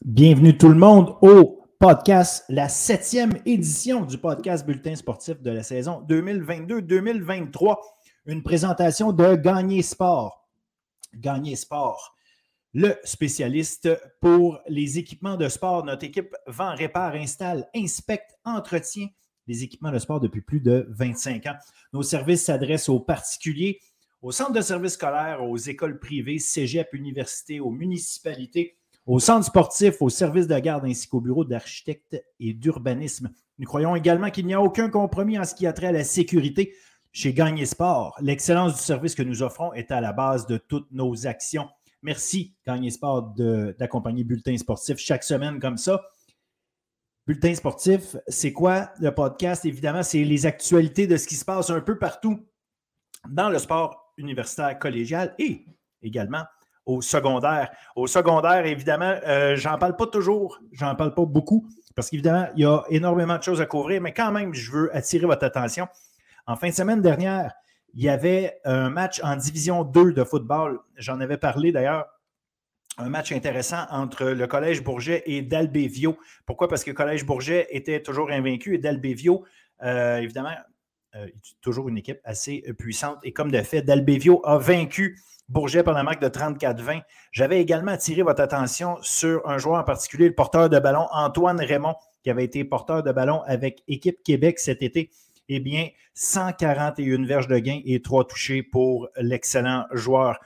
Bienvenue tout le monde au podcast, la 7e édition du podcast Bulletin sportif de la saison 2022-2023. Une présentation de Gagné Sport. Gagné Sport, le spécialiste pour les équipements de sport. Notre équipe vend, répare, installe, inspecte, entretient les équipements de sport depuis plus de 25 ans. Nos services s'adressent aux particuliers, aux centres de services scolaires, aux écoles privées, cégep, universités, aux municipalités, aux centres sportifs, aux services de garde ainsi qu'aux bureaux d'architectes et d'urbanisme. Nous croyons également qu'il n'y a aucun compromis en ce qui a trait à la sécurité chez Gagné Sport. L'excellence du service que nous offrons est à la base de toutes nos actions. Merci, Gagné Sport, d'accompagner Bulletin sportif chaque semaine comme ça. Bulletin sportif, c'est quoi le podcast? Évidemment, c'est les actualités de ce qui se passe un peu partout dans le sport universitaire collégial et également au secondaire. Au secondaire, évidemment, j'en parle pas toujours, j'en parle pas beaucoup, parce qu'évidemment, il y a énormément de choses à couvrir, mais quand même, je veux attirer votre attention. En fin de semaine dernière, il y avait un match en Division 2 de football. J'en avais parlé d'ailleurs. Un match intéressant entre le Collège Bourget et Dalbévio. Pourquoi? Parce que le Collège Bourget était toujours invaincu et Dalbévio, évidemment, toujours une équipe assez puissante. Et comme de fait, Dalbévio a vaincu Bourget par la marque de 34-20. J'avais également attiré votre attention sur un joueur en particulier, le porteur de ballon, Antoine Raymond, qui avait été porteur de ballon avec Équipe Québec cet été. Eh bien, 141 verges de gain et 3 touchés pour l'excellent joueur.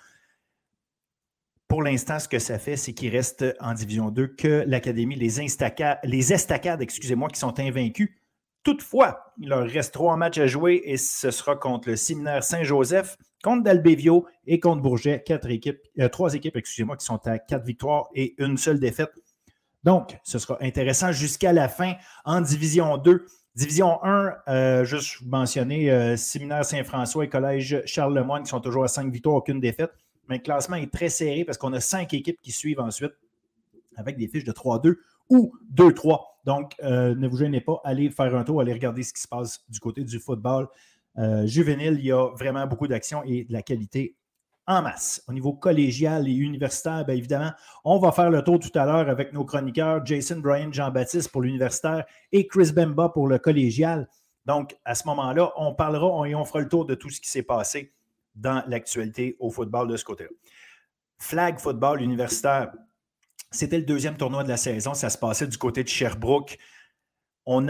Pour l'instant, ce que ça fait, c'est qu'il reste en Division 2 que l'Académie, les Estacades, qui sont invaincus. Toutefois, il leur reste 3 matchs à jouer et ce sera contre le Séminaire Saint-Joseph, contre Dalbévio et contre Bourget. 3 équipes, qui sont à 4 victoires et une seule défaite. Donc, ce sera intéressant jusqu'à la fin en Division 2. Division 1, juste mentionner Séminaire Saint-François et Collège Charles-Lemoyne qui sont toujours à 5 victoires, aucune défaite. Mais le classement est très serré parce qu'on a 5 équipes qui suivent ensuite avec des fiches de 3-2 ou 2-3. Donc, ne vous gênez pas, allez faire un tour, allez regarder ce qui se passe du côté du football juvénile. Il y a vraiment beaucoup d'actions et de la qualité en masse. Au niveau collégial et universitaire, bien évidemment, on va faire le tour tout à l'heure avec nos chroniqueurs Jason Bryan, Jean-Baptiste pour l'universitaire et Chris Bemba pour le collégial. Donc, à ce moment-là, on parlera et on fera le tour de tout ce qui s'est passé dans l'actualité au football de ce côté-là. Flag football universitaire, c'était le 2e tournoi de la saison. Ça se passait du côté de Sherbrooke. Lors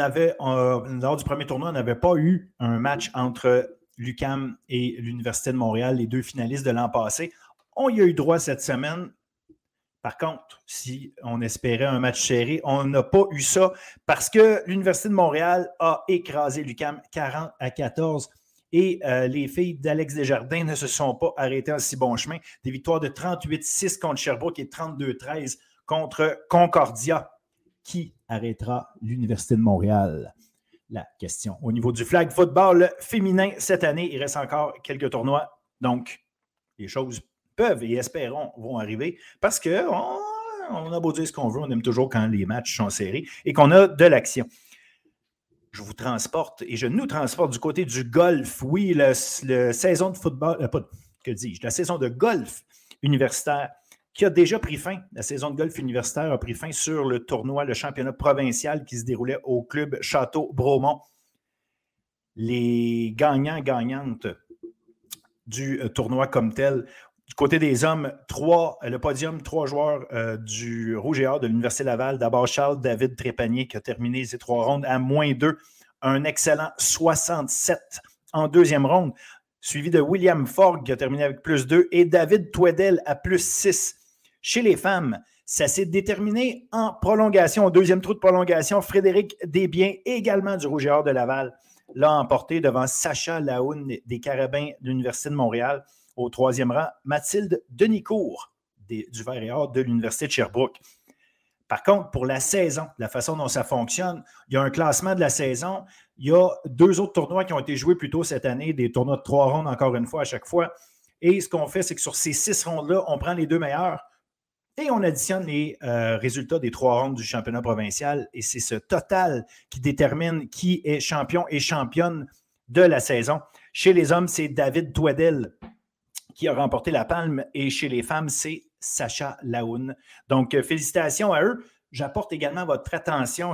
du premier tournoi, on n'avait pas eu un match entre l'UQAM et l'Université de Montréal, les 2 finalistes de l'an passé. On y a eu droit cette semaine. Par contre, si on espérait un match serré, on n'a pas eu ça parce que l'Université de Montréal a écrasé l'UQAM 40-14. Et les filles d'Alex Desjardins ne se sont pas arrêtées en si bon chemin. Des victoires de 38-6 contre Sherbrooke et 32-13 contre Concordia. Qui arrêtera l'Université de Montréal? La question. Au niveau du flag football féminin, cette année, il reste encore quelques tournois. Donc, les choses peuvent et espérons vont arriver parce qu'on a beau dire ce qu'on veut, on aime toujours quand les matchs sont serrés et qu'on a de l'action. Je vous transporte et je nous transporte du côté du golf. Oui, la saison de football, la saison de golf universitaire qui a déjà pris fin. La saison de golf universitaire a pris fin sur le tournoi, le championnat provincial qui se déroulait au club Château-Bromont. Les gagnantes du tournoi comme tel. Du côté des hommes, le podium, 3 joueurs du Rouge et Or de l'Université Laval. D'abord, Charles-David Trépanier qui a terminé ses 3 rondes à -2. Un excellent 67 en 2e ronde, suivi de William Forgue qui a terminé avec +2 et David Touedel à +6. Chez les femmes, ça s'est déterminé en prolongation, au 2e trou de prolongation. Frédéric Desbiens, également du Rouge et Or de Laval, l'a emporté devant Sacha Laoune des Carabins de l'Université de Montréal. Au 3e rang, Mathilde Denicourt du Vert et Or de l'Université de Sherbrooke. Par contre, pour la saison, la façon dont ça fonctionne, il y a un classement de la saison. Il y a 2 autres tournois qui ont été joués plus tôt cette année, des tournois de 3 rondes encore une fois à chaque fois. Et ce qu'on fait, c'est que sur ces 6 rondes-là, on prend les 2 meilleurs et on additionne les résultats des 3 rondes du championnat provincial. Et c'est ce total qui détermine qui est champion et championne de la saison. Chez les hommes, c'est David Touedel qui a remporté la palme et chez les femmes, c'est Sacha Laoune. Donc, félicitations à eux. j'attire votre attention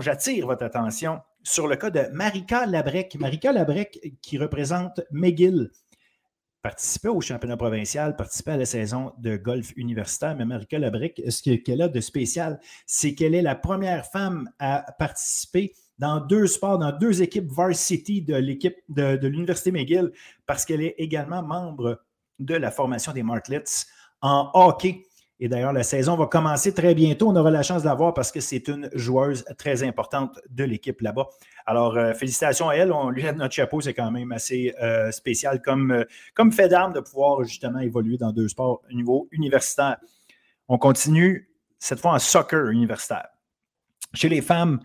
sur le cas de Marika Labrec. Marika Labrec, qui représente McGill, participait au championnat provincial, participait à la saison de golf universitaire. Mais Marika Labrec, ce qu'elle a de spécial, c'est qu'elle est la première femme à participer dans 2 sports, dans 2 équipes varsity de l'équipe de l'Université McGill, parce qu'elle est également membre de la formation des Martlets en hockey. Et d'ailleurs, la saison va commencer très bientôt. On aura la chance de la voir parce que c'est une joueuse très importante de l'équipe là-bas. Alors, félicitations à elle. On lui lève notre chapeau. C'est quand même assez spécial comme fait d'armes de pouvoir justement évoluer dans 2 sports au niveau universitaire. On continue cette fois en soccer universitaire. Chez les femmes,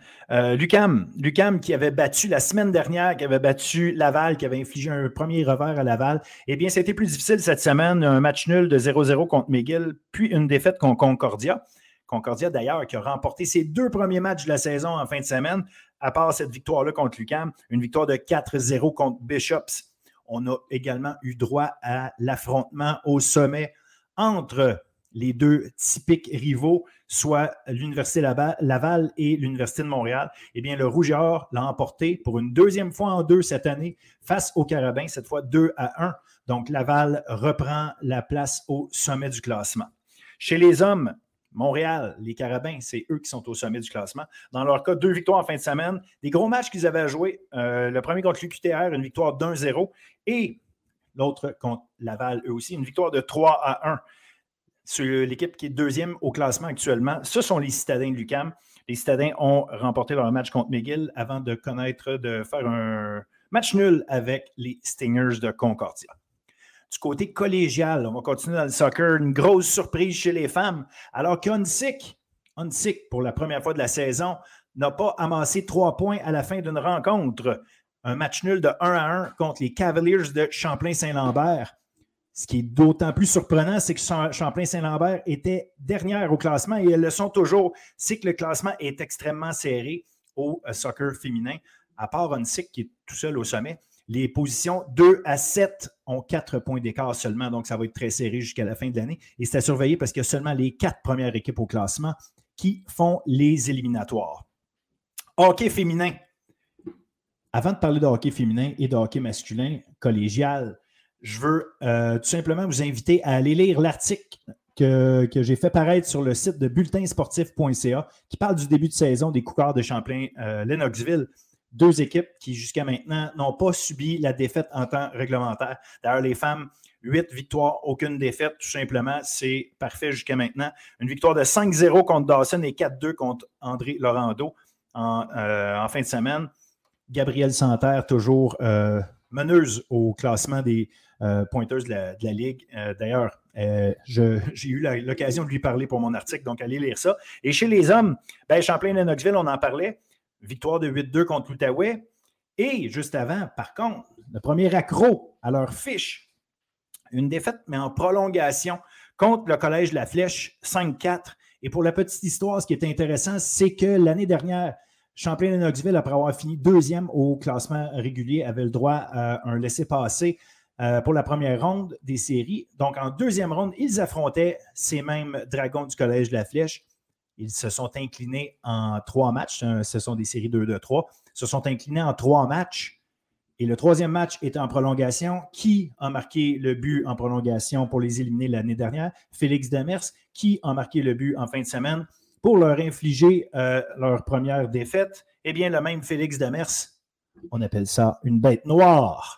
l'UQAM qui avait battu la semaine dernière, qui avait battu Laval, qui avait infligé un premier revers à Laval, eh bien, c'était plus difficile cette semaine. Un match nul de 0-0 contre McGill, puis une défaite contre Concordia. Concordia, d'ailleurs, qui a remporté ses 2 premiers matchs de la saison en fin de semaine, à part cette victoire-là contre l'UQAM, une victoire de 4-0 contre Bishops. On a également eu droit à l'affrontement au sommet entre les 2 typiques rivaux, soit l'Université Laval et l'Université de Montréal. Eh bien, le Rouge et Or l'a emporté pour une 2e fois en 2 cette année face aux Carabins, cette fois 2-1. Donc, Laval reprend la place au sommet du classement. Chez les hommes, Montréal, les Carabins, c'est eux qui sont au sommet du classement. Dans leur cas, 2 victoires en fin de semaine. Des gros matchs qu'ils avaient à jouer. Le premier contre l'UQTR, une victoire d'1-0. Et l'autre contre Laval, eux aussi, une victoire de 3-1. Sur l'équipe qui est 2e au classement actuellement, ce sont les Citadins de l'UQAM. Les Citadins ont remporté leur match contre McGill avant de faire un match nul avec les Stingers de Concordia. Du côté collégial, on va continuer dans le soccer. Une grosse surprise chez les femmes, alors qu'Onsic, pour la première fois de la saison, n'a pas amassé 3 points à la fin d'une rencontre. Un match nul de 1-1 contre les Cavaliers de Champlain-Saint-Lambert. Ce qui est d'autant plus surprenant, c'est que Champlain-Saint-Lambert était dernière au classement et elles le sont toujours. C'est que le classement est extrêmement serré au soccer féminin. À part Onsic qui est tout seul au sommet, les positions 2 à 7 ont 4 points d'écart seulement. Donc, ça va être très serré jusqu'à la fin de l'année. Et c'est à surveiller parce qu'il y a seulement les 4 premières équipes au classement qui font les éliminatoires. Hockey féminin. Avant de parler de hockey féminin et de hockey masculin collégial, je veux tout simplement vous inviter à aller lire l'article que j'ai fait paraître sur le site de bulletinsportif.ca qui parle du début de saison des Cougards de Champlain-Lennoxville. 2 équipes qui, jusqu'à maintenant, n'ont pas subi la défaite en temps réglementaire. D'ailleurs, les femmes, 8 victoires, aucune défaite, tout simplement. C'est parfait jusqu'à maintenant. Une victoire de 5-0 contre Dawson et 4-2 contre André Laurando en fin de semaine. Gabrielle Santerre, toujours meneuse au classement des pointeuses de la Ligue. D'ailleurs, j'ai eu l'occasion de lui parler pour mon article, donc allez lire ça. Et chez les hommes, Champlain-Lennoxville, on en parlait. Victoire de 8-2 contre l'Outaouais. Et juste avant, par contre, le premier accro à leur fiche, une défaite, mais en prolongation contre le Collège de la Flèche, 5-4. Et pour la petite histoire, ce qui est intéressant, c'est que l'année dernière, Champlain-Lennoxville, après avoir fini 2e au classement régulier, avait le droit à un laissez-passer pour la première ronde des séries. Donc, en 2e ronde, ils affrontaient ces mêmes Dragons du Collège de la Flèche. Ils se sont inclinés en 3 matchs. Ce sont des séries 2-3. Ils se sont inclinés en 3 matchs. Et le 3e match était en prolongation. Qui a marqué le but en prolongation pour les éliminer l'année dernière? Félix Demers. Qui a marqué le but en fin de semaine pour leur infliger leur première défaite? Eh bien, le même Félix Demers. On appelle ça une bête noire.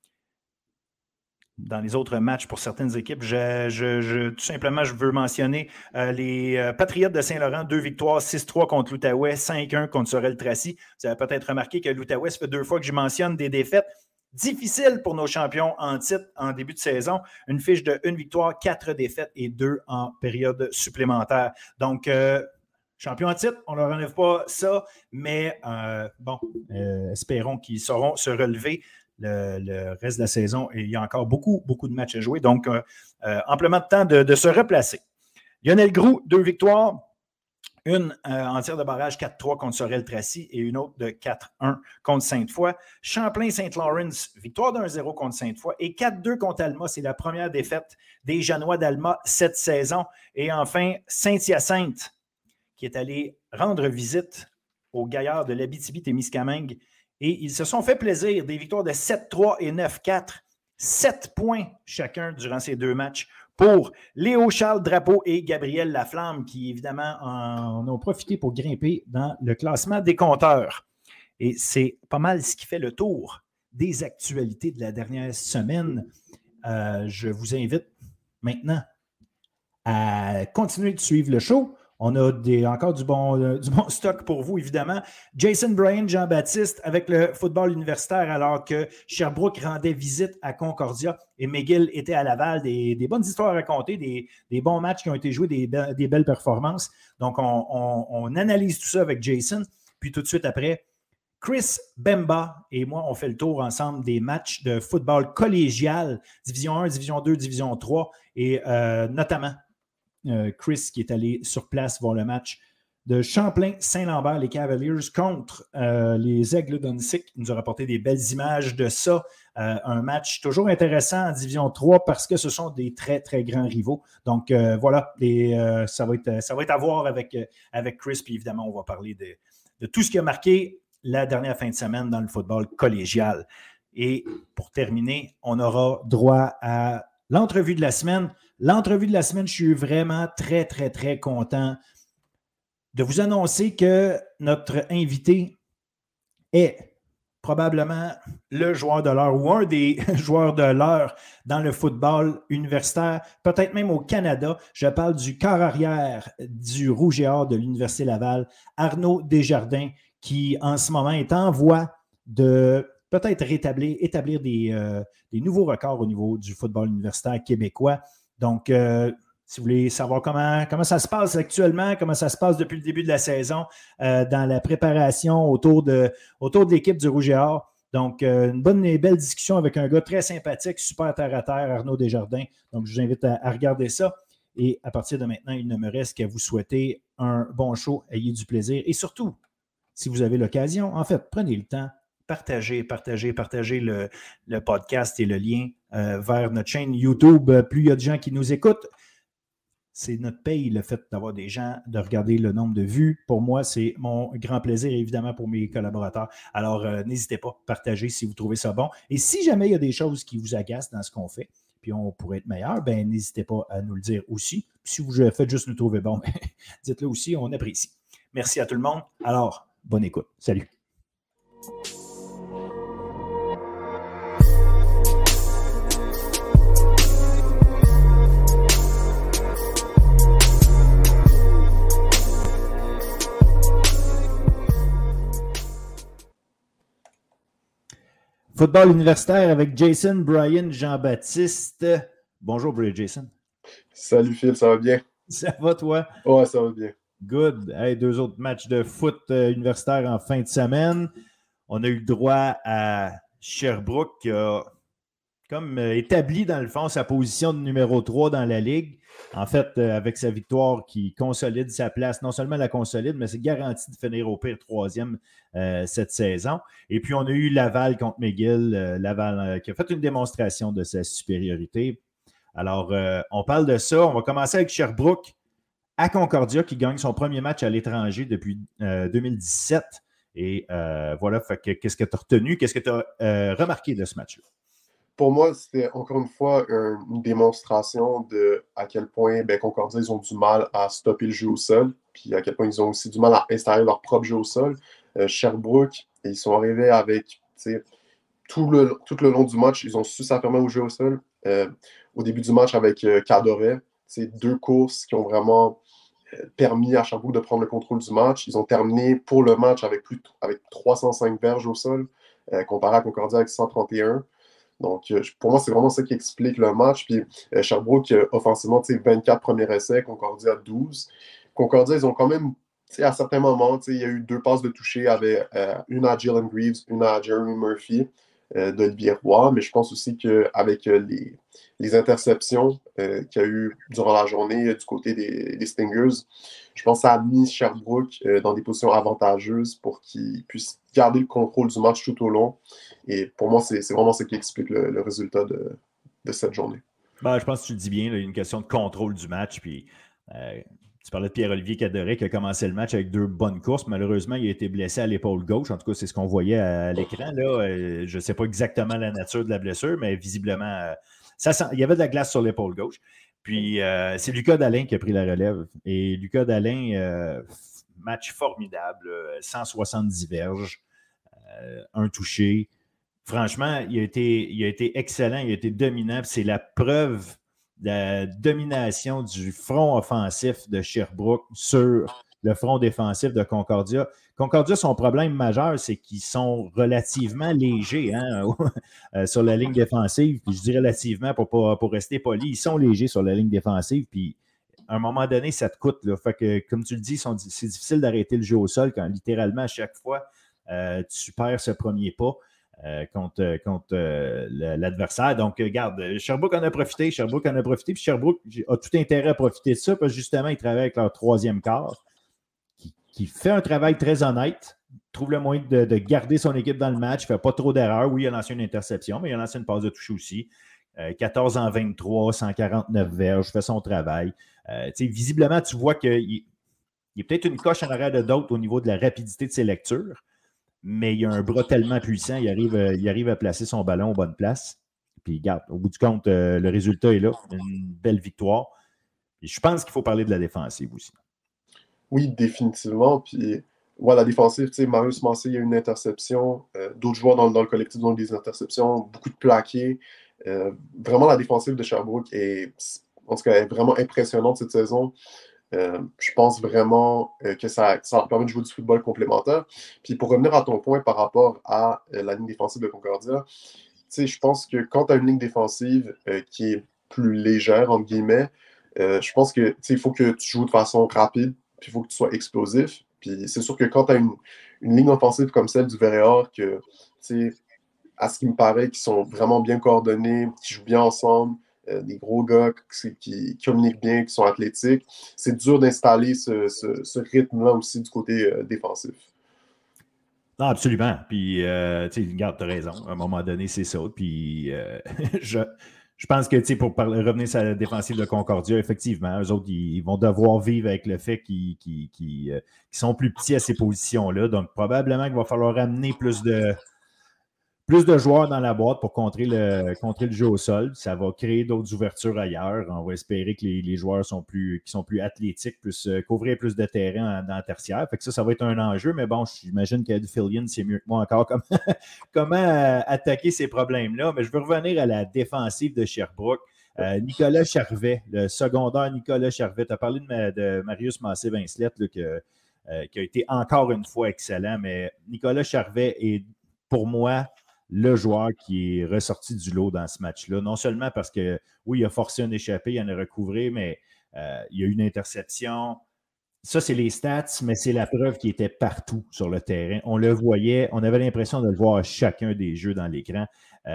Dans les autres matchs pour certaines équipes, tout simplement, je veux mentionner les Patriotes de Saint-Laurent, 2 victoires, 6-3 contre l'Outaouais, 5-1 contre Sorel-Tracy. Vous avez peut-être remarqué que l'Outaouais, ça fait 2 fois que je mentionne des défaites difficiles pour nos champions en titre en début de saison. Une fiche de 1 victoire, 4 défaites et 2 en période supplémentaire. Donc, champion en titre, on ne leur enlève pas ça, mais espérons qu'ils sauront se relever le reste de la saison. Et il y a encore beaucoup de matchs à jouer. Donc, amplement de temps de se replacer. Lionel Groux, 2 victoires. Une en tir de barrage 4-3 contre Sorel-Tracy et une autre de 4-1 contre Sainte-Foy. Champlain-Saint-Lawrence, victoire de 1-0 contre Sainte-Foy et 4-2 contre Alma. C'est la première défaite des Janois d'Alma cette saison. Et enfin, Saint-Hyacinthe, qui est allé rendre visite aux Gaillards de l'Abitibi-Témiscamingue et ils se sont fait plaisir. Des victoires de 7-3 et 9-4. 7 points chacun durant ces 2 matchs pour Léo-Charles Drapeau et Gabriel Laflamme qui, évidemment, en ont profité pour grimper dans le classement des compteurs. Et c'est pas mal ce qui fait le tour des actualités de la dernière semaine. Je vous invite maintenant à continuer de suivre le show. On a encore du bon stock pour vous, évidemment. Jason Bryan, Jean-Baptiste, avec le football universitaire, alors que Sherbrooke rendait visite à Concordia et McGill était à Laval. Des bonnes histoires à raconter, des bons matchs qui ont été joués, des belles performances. Donc, on analyse tout ça avec Jason. Puis tout de suite après, Chris Bemba et moi, on fait le tour ensemble des matchs de football collégial, Division 1, Division 2, Division 3, et notamment Chris qui est allé sur place voir le match de Champlain-Saint-Lambert, les Cavaliers contre les Aigles d'Onsic. Il nous a rapporté des belles images de ça. Un match toujours intéressant en Division 3 parce que ce sont des très, très grands rivaux. Donc, voilà, ça va être à voir avec Chris. Puis évidemment, on va parler de tout ce qui a marqué la dernière fin de semaine dans le football collégial. Et pour terminer, on aura droit à l'entrevue de la semaine. L'entrevue de la semaine, je suis vraiment très, très, très content de vous annoncer que notre invité est probablement le joueur de l'heure ou un des joueurs de l'heure dans le football universitaire, peut-être même au Canada. Je parle du quart arrière du Rouge et Or de l'Université Laval, Arnaud Desjardins, qui en ce moment est en voie de peut-être établir des nouveaux records au niveau du football universitaire québécois. Donc, si vous voulez savoir comment ça se passe actuellement, comment ça se passe depuis le début de la saison dans la préparation autour de l'équipe du Rouge et Or. Donc, une bonne et belle discussion avec un gars très sympathique, super terre-à-terre, Arnaud Desjardins. Donc, je vous invite à regarder ça. Et à partir de maintenant, il ne me reste qu'à vous souhaiter un bon show, ayez du plaisir. Et surtout, si vous avez l'occasion, en fait, prenez le temps, partagez le podcast et le lien vers notre chaîne YouTube. Plus il y a de gens qui nous écoutent, c'est notre paye, le fait d'avoir des gens, de regarder le nombre de vues. Pour moi, c'est mon grand plaisir, évidemment, pour mes collaborateurs. Alors, n'hésitez pas, partagez si vous trouvez ça bon. Et si jamais il y a des choses qui vous agacent dans ce qu'on fait, puis on pourrait être meilleur, ben n'hésitez pas à nous le dire aussi. Puis si vous faites juste nous trouver bon, dites-le aussi, on apprécie. Merci à tout le monde. Alors, bonne écoute. Salut. Football universitaire avec Jason Bryan, Jean-Baptiste. Bonjour, Jason. Salut Phil, ça va bien? Ça va, toi? Ouais, ça va bien. Good. Hey, 2 autres matchs de foot universitaire en fin de semaine. On a eu le droit à Sherbrooke qui a comme établi, dans le fond, sa position de numéro 3 dans la Ligue. En fait, avec sa victoire qui consolide sa place, non seulement la consolide, mais c'est garanti de finir au pire 3e cette saison. Et puis, on a eu Laval contre McGill. Laval qui a fait une démonstration de sa supériorité. Alors, on parle de ça. On va commencer avec Sherbrooke à Concordia qui gagne son premier match à l'étranger depuis 2017. Et voilà, fait que, qu'est-ce que tu as retenu? Qu'est-ce que tu as remarqué de ce match-là? Pour moi, c'était encore une fois une démonstration de à quel point Concordia, ils ont du mal à stopper le jeu au sol, puis à quel point ils ont aussi du mal à installer leur propre jeu au sol. Sherbrooke, ils sont arrivés avec tout le long du match, ils ont su s'affirmer au jeu au sol. Au début du match avec Cadoret, c'est 2 courses qui ont vraiment permis à Sherbrooke de prendre le contrôle du match. Ils ont terminé pour le match avec 305 verges au sol, comparé à Concordia avec 131. Donc, pour moi, c'est vraiment ça qui explique le match. Puis Sherbrooke, offensivement, 24 premiers essais, Concordia 12. Concordia, ils ont quand même, à certains moments, il y a eu 2 passes de toucher, avec une à Jalen Greaves, une à Jeremy Murphy d'Olivier Roy. Mais je pense aussi qu'avec les interceptions qu'il y a eu durant la journée du côté des Stingers, je pense que ça a mis Sherbrooke dans des positions avantageuses pour qu'ils puissent garder le contrôle du match tout au long. Et pour moi, c'est vraiment ça qui explique le résultat de cette journée. Ben, je pense que tu le dis bien, il y a une question de contrôle du match. Puis, Tu parlais de Pierre-Olivier Cadoret qui a commencé le match avec 2 bonnes courses. Malheureusement, il a été blessé à l'épaule gauche. En tout cas, c'est ce qu'on voyait à l'écran. Là. Je ne sais pas exactement la nature de la blessure, mais visiblement, il y avait de la glace sur l'épaule gauche. Puis, c'est Lucas Dallin qui a pris la relève. Et Lucas Dallin, match formidable, 170 verges, un touché. Franchement, il a été excellent, il a été dominant. C'est la preuve de la domination du front offensif de Sherbrooke sur le front défensif de Concordia. Concordia, son problème majeur, c'est qu'ils sont relativement légers sur la ligne défensive. Puis je dis relativement pour rester poli. Ils sont légers sur la ligne défensive. Puis à un moment donné, ça te coûte. Là. Fait que, comme tu le dis, c'est difficile d'arrêter le jeu au sol quand littéralement à chaque fois, tu perds ce premier pas. Contre l'adversaire. Donc, regarde, Sherbrooke en a profité, puis Sherbrooke a tout intérêt à profiter de ça, parce que justement, ils travaillent avec leur troisième quart, qui fait un travail très honnête, trouve le moyen de garder son équipe dans le match, ne fait pas trop d'erreurs. Oui, il a lancé une interception, mais il a lancé une passe de touche aussi. 14 en 23, 149 verges, fait son travail. Visiblement, tu vois qu'il y a peut-être une coche en arrière de d'autres au niveau de la rapidité de ses lectures, mais il a un bras tellement puissant, il arrive à placer son ballon aux bonnes places. Puis, regarde, au bout du compte, le résultat est là. Une belle victoire. Et je pense qu'il faut parler de la défensive aussi. Oui, définitivement. Puis, la défensive, tu sais, Marius Massé, il y a une interception. D'autres joueurs dans le collectif ont des interceptions, beaucoup de plaqués. Vraiment, la défensive de Sherbrooke en tout cas, est vraiment impressionnante cette saison. Je pense vraiment que ça leur permet de jouer du football complémentaire. Puis pour revenir à ton point par rapport à la ligne défensive de Concordia, je pense que quand tu as une ligne défensive qui est plus légère, entre guillemets, je pense que il faut que tu joues de façon rapide, puis il faut que tu sois explosif. Puis c'est sûr que quand tu as une ligne offensive comme celle du Verréor, que à ce qui me paraît, qui sont vraiment bien coordonnés, qui jouent bien ensemble, des gros gars qui communiquent bien, qui sont athlétiques. C'est dur d'installer ce rythme-là aussi du côté défensif. Non, absolument. Puis, regarde, tu as raison. À un moment donné, c'est ça. Puis, je pense que, pour revenir sur la défensive de Concordia, effectivement, eux autres, ils vont devoir vivre avec le fait qu'ils sont plus petits à ces positions-là. Donc, probablement qu'il va falloir amener plus de joueurs dans la boîte pour contrer le jeu au sol. Ça va créer d'autres ouvertures ailleurs. On va espérer que les joueurs qui sont plus athlétiques puissent couvrir plus de terrain dans la tertiaire. Fait que ça va être un enjeu, mais bon, j'imagine qu'Ed Fillion, c'est mieux que moi encore comment attaquer ces problèmes-là. Mais je veux revenir à la défensive de Sherbrooke. Nicolas Charvet, le secondaire Nicolas Charvet, tu as parlé de Marius Massé-Vincelette qui a été encore une fois excellent, mais Nicolas Charvet est, pour moi, le joueur qui est ressorti du lot dans ce match-là. Non seulement parce que, oui, il a forcé un échappé, il en a recouvré, mais il y a eu une interception. Ça, c'est les stats, mais c'est la preuve qu'il était partout sur le terrain. On le voyait, on avait l'impression de le voir à chacun des jeux dans l'écran.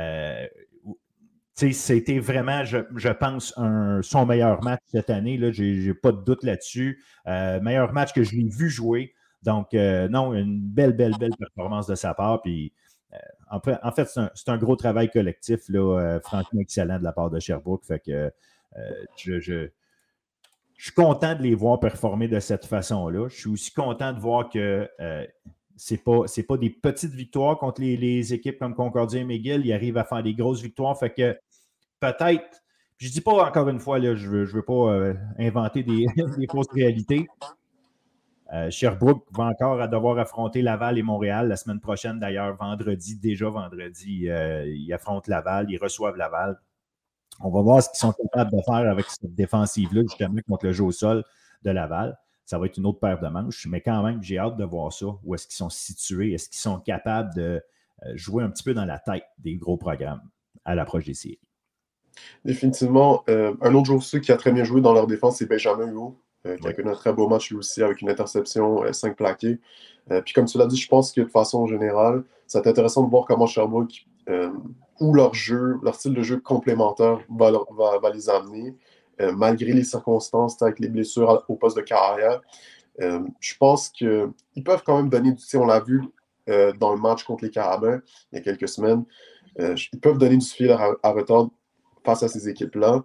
C'était vraiment, je pense, son meilleur match cette année. Je n'ai pas de doute là-dessus. Meilleur match que je l'ai vu jouer. Donc, non, une belle performance de sa part. Puis, en fait, c'est un gros travail collectif, là, franchement excellent de la part de Sherbrooke. Fait que je suis content de les voir performer de cette façon-là. Je suis aussi content de voir que c'est pas des petites victoires contre les équipes comme Concordia et McGill. Ils arrivent à faire des grosses victoires. Fait que peut-être, je ne dis pas encore une fois, là, je veux pas inventer des fausses réalités. Sherbrooke va encore devoir affronter Laval et Montréal la semaine prochaine. D'ailleurs, vendredi, ils affrontent Laval, ils reçoivent Laval. On va voir ce qu'ils sont capables de faire avec cette défensive-là, justement, contre le jeu au sol de Laval. Ça va être une autre paire de manches, mais quand même, j'ai hâte de voir ça. Où est-ce qu'ils sont situés? Est-ce qu'ils sont capables de jouer un petit peu dans la tête des gros programmes à l'approche des séries? Définitivement. Un autre joueur aussi qui a très bien joué dans leur défense, c'est Benjamin Huot, qui a connu un très beau match lui aussi avec une interception, 5 plaqués. Puis comme tu l'as dit, je pense que de façon générale, c'est intéressant de voir comment Sherbrooke ou leur style de jeu complémentaire va les amener, malgré les circonstances avec les blessures au poste de carrière. Je pense qu'ils peuvent quand même donner du... On l'a vu dans le match contre les Carabins il y a quelques semaines. Ils peuvent donner du fil à retordre face à ces équipes-là.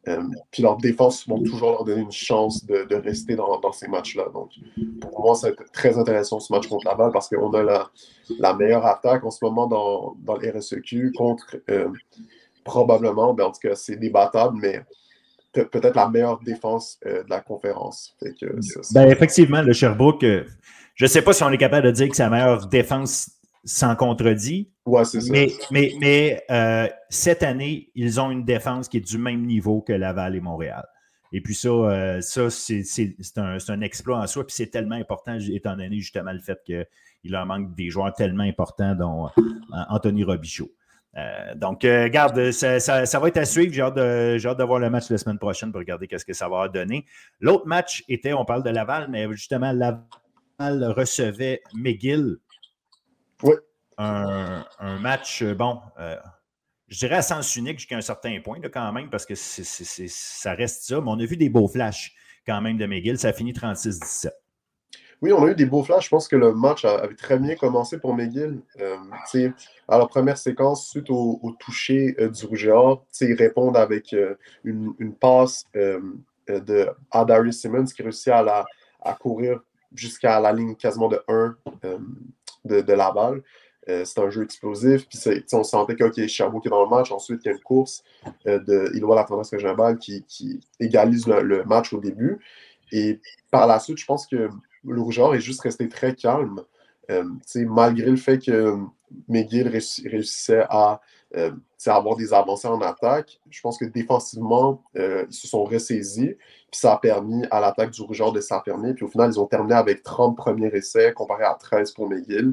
Puis leur défense vont toujours leur donner une chance de rester dans ces matchs-là. Donc, pour moi, ça va être très intéressant ce match contre Laval parce qu'on a la meilleure attaque en ce moment dans le RSEQ contre probablement, en tout cas, c'est débattable, mais peut-être la meilleure défense de la conférence. Fait que effectivement, le Sherbrooke, je ne sais pas si on est capable de dire que c'est la meilleure défense sans contredit. Ouais, c'est ça. Mais cette année, ils ont une défense qui est du même niveau que Laval et Montréal. Et puis ça c'est un exploit en soi. Puis c'est tellement important, étant donné justement le fait qu'il leur manque des joueurs tellement importants, dont Anthony Robichaud. Donc, regarde, ça va être à suivre. J'ai hâte de voir le match la semaine prochaine pour regarder qu'est-ce que ça va donner. L'autre match était, on parle de Laval, mais justement, Laval recevait McGill. Oui. Un match, je dirais à sens unique jusqu'à un certain point là, quand même, parce que ça reste ça. Mais on a vu des beaux flashs quand même de McGill. Ça a fini 36-17. Oui, on a eu des beaux flashs. Je pense que le match avait très bien commencé pour McGill. À la première séquence, suite au toucher du Rouge et Or, ils répondent avec une passe à Darius Simmons qui réussit à courir jusqu'à la ligne quasiment de 1 de Laval. C'est un jeu explosif. Puis on sentait que Sherbrooke est dans le match. Ensuite, il y a une course de Éloi Lafondance-Régimbal qui égalise le match au début. Et par la suite, je pense que le Rougeard est juste resté très calme. Malgré le fait que McGill réussissait à avoir des avancées en attaque, je pense que défensivement, ils se sont ressaisis. Puis ça a permis à l'attaque du Rougeard de s'affirmer. Puis au final, ils ont terminé avec 30 premiers essais comparé à 13 pour McGill.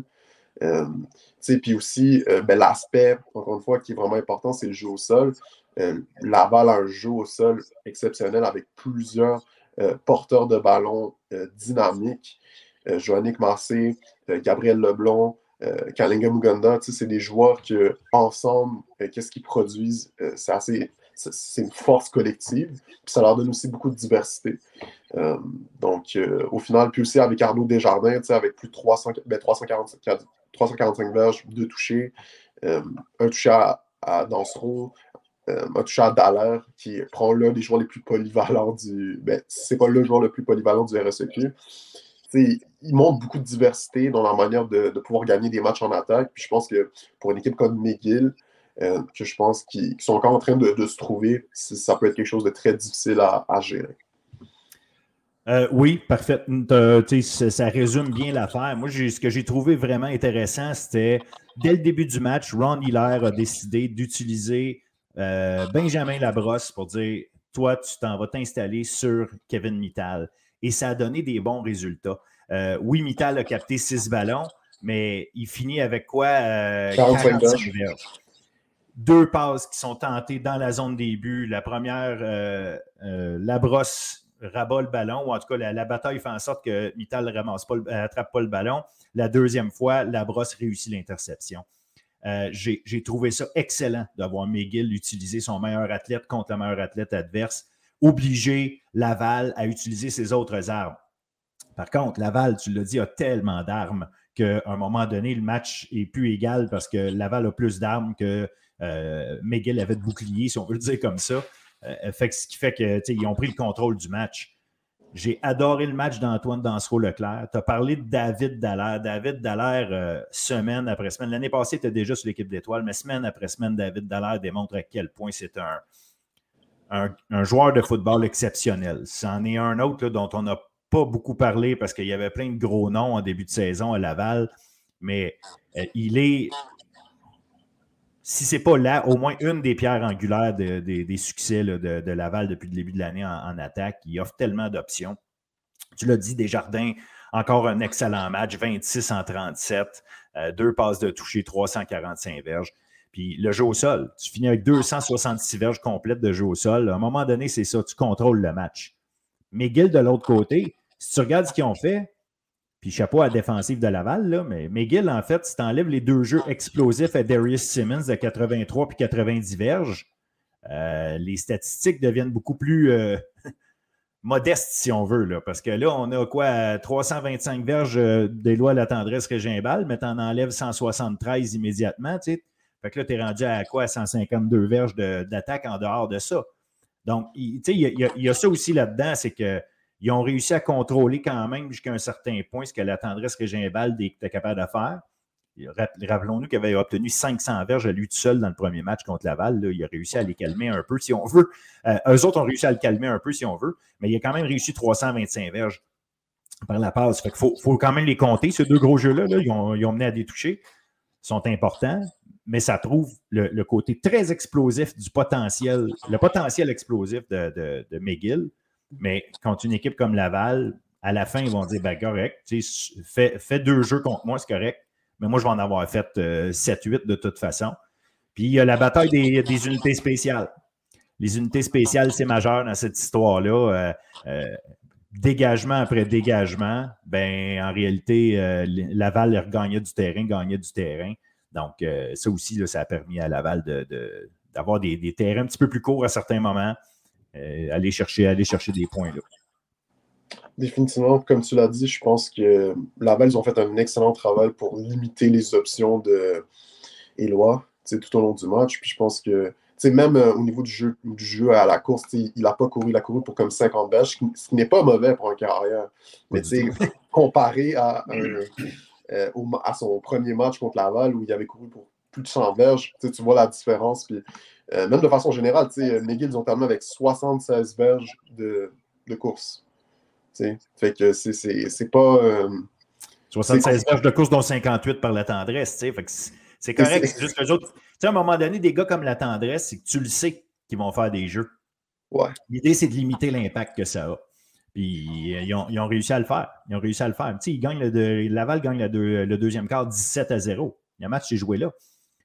Puis aussi, l'aspect, encore une fois, qui est vraiment important, c'est le jeu au sol. Laval a un jeu au sol exceptionnel avec plusieurs porteurs de ballon dynamiques. Joannick Massé, Gabriel Leblond, Kalinga Muganda, c'est des joueurs qui, ensemble, qu'est-ce qu'ils produisent? C'est une force collective. Puis ça leur donne aussi beaucoup de diversité. Donc, au final, puis aussi avec Arnaud Desjardins, avec plus de 345 verges, 2 touchés, un touché à Dansereau, un touché à Dallaire, qui prend l'un des joueurs les plus polyvalents c'est pas le joueur le plus polyvalent du RSEQ. Il montre beaucoup de diversité dans la manière de pouvoir gagner des matchs en attaque. Puis je pense que pour une équipe comme McGill, que je pense qu'ils sont encore en train de se trouver, ça peut être quelque chose de très difficile à gérer. Oui, parfait. Ça résume bien l'affaire. Moi, ce que j'ai trouvé vraiment intéressant, c'était dès le début du match, Ron Hiller a décidé d'utiliser Benjamin Labrosse pour dire « Toi, tu t'en vas t'installer sur Kevin Mittal ». Et ça a donné des bons résultats. Oui, Mittal a capté 6 ballons, mais il finit avec quoi? 45 verges. 2 passes qui sont tentées dans la zone des buts. La première, Labrosse rabat le ballon, ou en tout cas, la bataille fait en sorte que Mittal n'attrape pas le ballon. La deuxième fois, Labrosse réussit l'interception. J'ai trouvé ça excellent d'avoir McGill utiliser son meilleur athlète contre le meilleur athlète adverse, obliger Laval à utiliser ses autres armes. Par contre, Laval, tu l'as dit, a tellement d'armes qu'à un moment donné, le match est plus égal parce que Laval a plus d'armes que McGill avait de boucliers, si on veut le dire comme ça. Ce qui fait qu'ils ont pris le contrôle du match. J'ai adoré le match d'Antoine Dansereau-Leclerc. Tu as parlé de David Dallaire. David Dallaire, semaine après semaine. L'année passée, tu étais déjà sur l'équipe d'étoiles, mais semaine après semaine, David Dallaire démontre à quel point c'est un joueur de football exceptionnel. C'en est un autre là, dont on n'a pas beaucoup parlé parce qu'il y avait plein de gros noms en début de saison à Laval, mais il est... Si ce n'est pas là, au moins une des pierres angulaires des succès là, de Laval depuis le début de l'année en attaque. Il offre tellement d'options. Tu l'as dit, Desjardins, encore un excellent match, 26 en 37, 2 passes de toucher, 345 verges. Puis le jeu au sol, tu finis avec 266 verges complètes de jeu au sol. À un moment donné, c'est ça, tu contrôles le match. McGill, de l'autre côté, si tu regardes ce qu'ils ont fait, puis chapeau à la défensive de Laval, là, mais McGill, en fait, si tu enlèves les 2 jeux explosifs à Darius Simmons de 83 puis 90 verges, les statistiques deviennent beaucoup plus modestes, si on veut. Là, parce que là, on a quoi? 325 verges d'Éloi Latendresse-Régimbal, mais tu en enlèves 173 immédiatement. Tu sais. Fait que là, tu es rendu à quoi? 152 verges d'attaque en dehors de ça. Donc, il y a ça aussi là-dedans, c'est qu'ils ont réussi à contrôler quand même jusqu'à un certain point ce que la tendresse Régimbald était capable de faire. Rappelons-nous qu'il avait obtenu 500 verges à lui tout seul dans le premier match contre Laval. Là. Il a réussi à les calmer un peu, si on veut. Eux autres ont réussi à le calmer un peu, si on veut, mais il a quand même réussi 325 verges par la passe. Fait qu'il faut quand même les compter. Ces deux gros jeux-là, là, ils ont mené à des touchés, sont importants, mais ça prouve le côté très explosif du potentiel, le potentiel explosif de McGill. Mais contre une équipe comme Laval, à la fin, ils vont dire, ben correct, fais 2 jeux contre moi, c'est correct. Mais moi, je vais en avoir fait 7-8 de toute façon. Puis, il y a la bataille des unités spéciales. Les unités spéciales, c'est majeur dans cette histoire-là. Dégagement après dégagement, ben en réalité, Laval gagnait du terrain. Donc, ça aussi, là, ça a permis à Laval d'avoir des terrains un petit peu plus courts à certains moments, aller chercher des points là. Définitivement, comme tu l'as dit, je pense que Laval, ils ont fait un excellent travail pour limiter les options de Éloi tout au long du match. Puis je pense que même au niveau du jeu à la course, il n'a pas couru, il a couru pour comme 50 verges, ce qui n'est pas mauvais pour un carrière. Mais comparé à son premier match contre Laval où il avait couru pour plus de 100 verges, tu vois la différence. Puis, même de façon générale, McGill, ils ont terminé avec 76 verges de course. Fait que c'est pas. 76 verges de course, dont 58 par la tendresse. Fait que c'est correct. C'est juste que les autres. À un moment donné, des gars comme la tendresse, c'est que tu le sais qu'ils vont faire des jeux. Ouais. L'idée, c'est de limiter l'impact que ça a. Puis ils ont réussi à le faire. Laval gagne le deuxième quart 17-0. Il y a un match qui est joué là.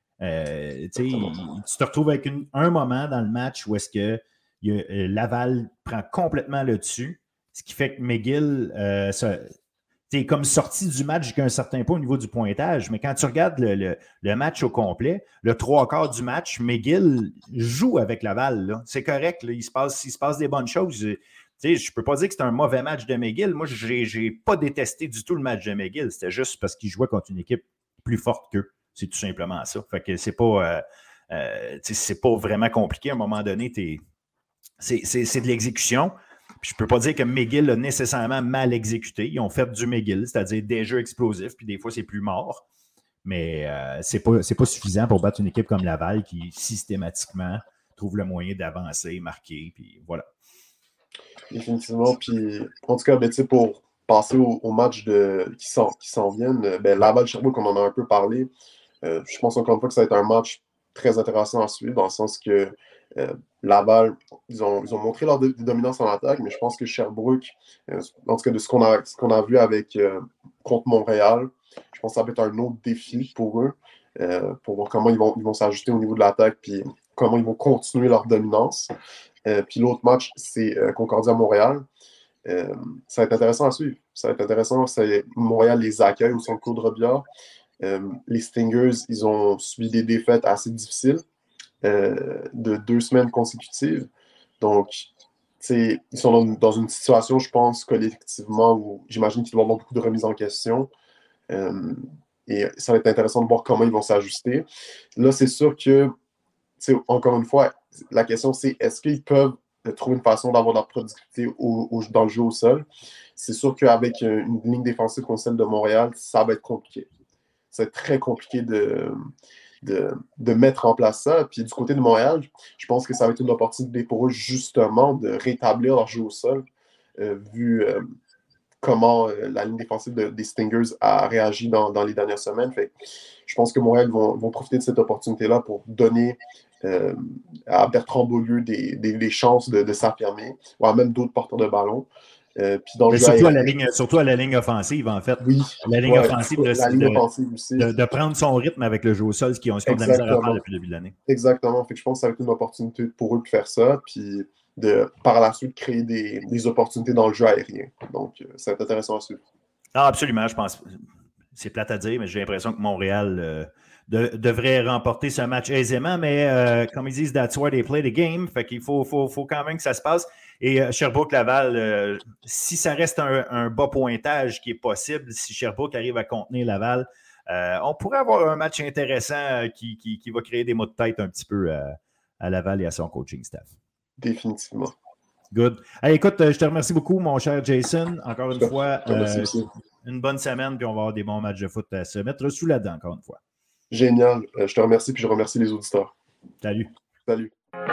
Tu te retrouves avec un moment dans le match où est-ce que Laval prend complètement le dessus. Ce qui fait que McGill est comme sorti du match jusqu'à un certain point au niveau du pointage. Mais quand tu regardes le match au complet, le 3/4 du match, McGill joue avec Laval. Là. C'est correct. Là. Il se passe des bonnes choses. Je ne peux pas dire que c'est un mauvais match de McGill. Moi, je n'ai pas détesté du tout le match de McGill. C'était juste parce qu'il jouait contre une équipe plus forte qu'eux. C'est tout simplement ça. Fait que c'est pas vraiment compliqué. À un moment donné, c'est de l'exécution. Puis je ne peux pas dire que McGill a nécessairement mal exécuté. Ils ont fait du McGill, c'est-à-dire des jeux explosifs, puis des fois, c'est plus mort. Mais c'est pas suffisant pour battre une équipe comme Laval qui, systématiquement, trouve le moyen d'avancer, marquer, puis voilà. Définitivement. Puis, en tout cas, pour passer au match qui s'en viennent, Laval-Sherbrooke, on en a un peu parlé. Je pense encore une fois que ça va être un match très intéressant à suivre, dans le sens que Laval, ils ont montré leur dominance en attaque, mais je pense que Sherbrooke, en tout cas de ce qu'on a vu contre Montréal, je pense que ça va être un autre défi pour eux, pour voir comment ils vont s'ajuster au niveau de l'attaque, puis comment ils vont continuer leur dominance. Puis l'autre match, c'est Concordia-Montréal. Ça va être intéressant à suivre. Ça va être intéressant. Montréal les accueille au centre Claude Robillard. Les Stingers, ils ont subi des défaites assez difficiles de 2 semaines consécutives. Donc, ils sont dans une situation, je pense, collectivement, où j'imagine qu'il doit y avoir beaucoup de remises en question. Et ça va être intéressant de voir comment ils vont s'ajuster. Là, c'est sûr que, encore une fois, la question, c'est est-ce qu'ils peuvent trouver une façon d'avoir de la productivité dans le jeu au sol? C'est sûr qu'avec une ligne défensive comme celle de Montréal, ça va être compliqué. Ça va être très compliqué de mettre en place ça. Puis du côté de Montréal, je pense que ça va être une opportunité pour eux justement de rétablir leur jeu au sol, vu comment la ligne défensive des Stingers a réagi dans les dernières semaines. Fait, je pense que Montréal vont profiter de cette opportunité-là pour donner à Bertrand Beaulieu des chances de s'affirmer, ou à même d'autres porteurs de ballon. Puis dans le jeu surtout à la ligne offensive, en fait. Oui. La ligne offensive, aussi. De prendre son rythme avec le jeu au sol, ce qu'ils ont de la misère à faire depuis le début de l'année. Exactement. Fait que je pense que ça va être une opportunité pour eux de faire ça, puis par la suite créer des opportunités dans le jeu aérien. Donc, ça va être intéressant à suivre. Ah, absolument, je pense. C'est plate à dire, mais j'ai l'impression que Montréal devrait remporter ce match aisément, mais comme ils disent, that's why they play the game. Fait qu'il faut quand même que ça se passe. Et Sherbrooke-Laval, si ça reste un bas pointage qui est possible, si Sherbrooke arrive à contenir Laval, on pourrait avoir un match intéressant qui va créer des maux de tête un petit peu à Laval et à son coaching staff. Définitivement. Good. Hey, écoute, je te remercie beaucoup, mon cher Jason. Encore une fois, une bonne semaine, puis on va avoir des bons matchs de foot à se mettre sous la dent, encore une fois. Génial. Je te remercie, puis je remercie les auditeurs. Salut. Salut.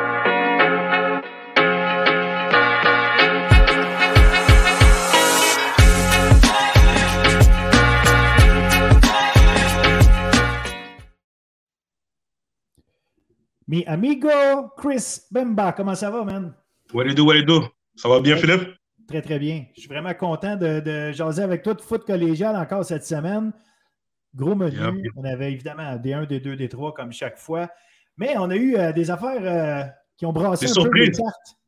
Mi amigo Chris Bemba, comment ça va, man? What it do? Ça va bien, Philippe? Très, très bien. Je suis vraiment content de jaser avec toi de foot collégial encore cette semaine. Gros menu. Yep. On avait évidemment des 1, des 2, des 3 comme chaque fois. Mais on a eu des affaires qui ont brassé un peu les cartes.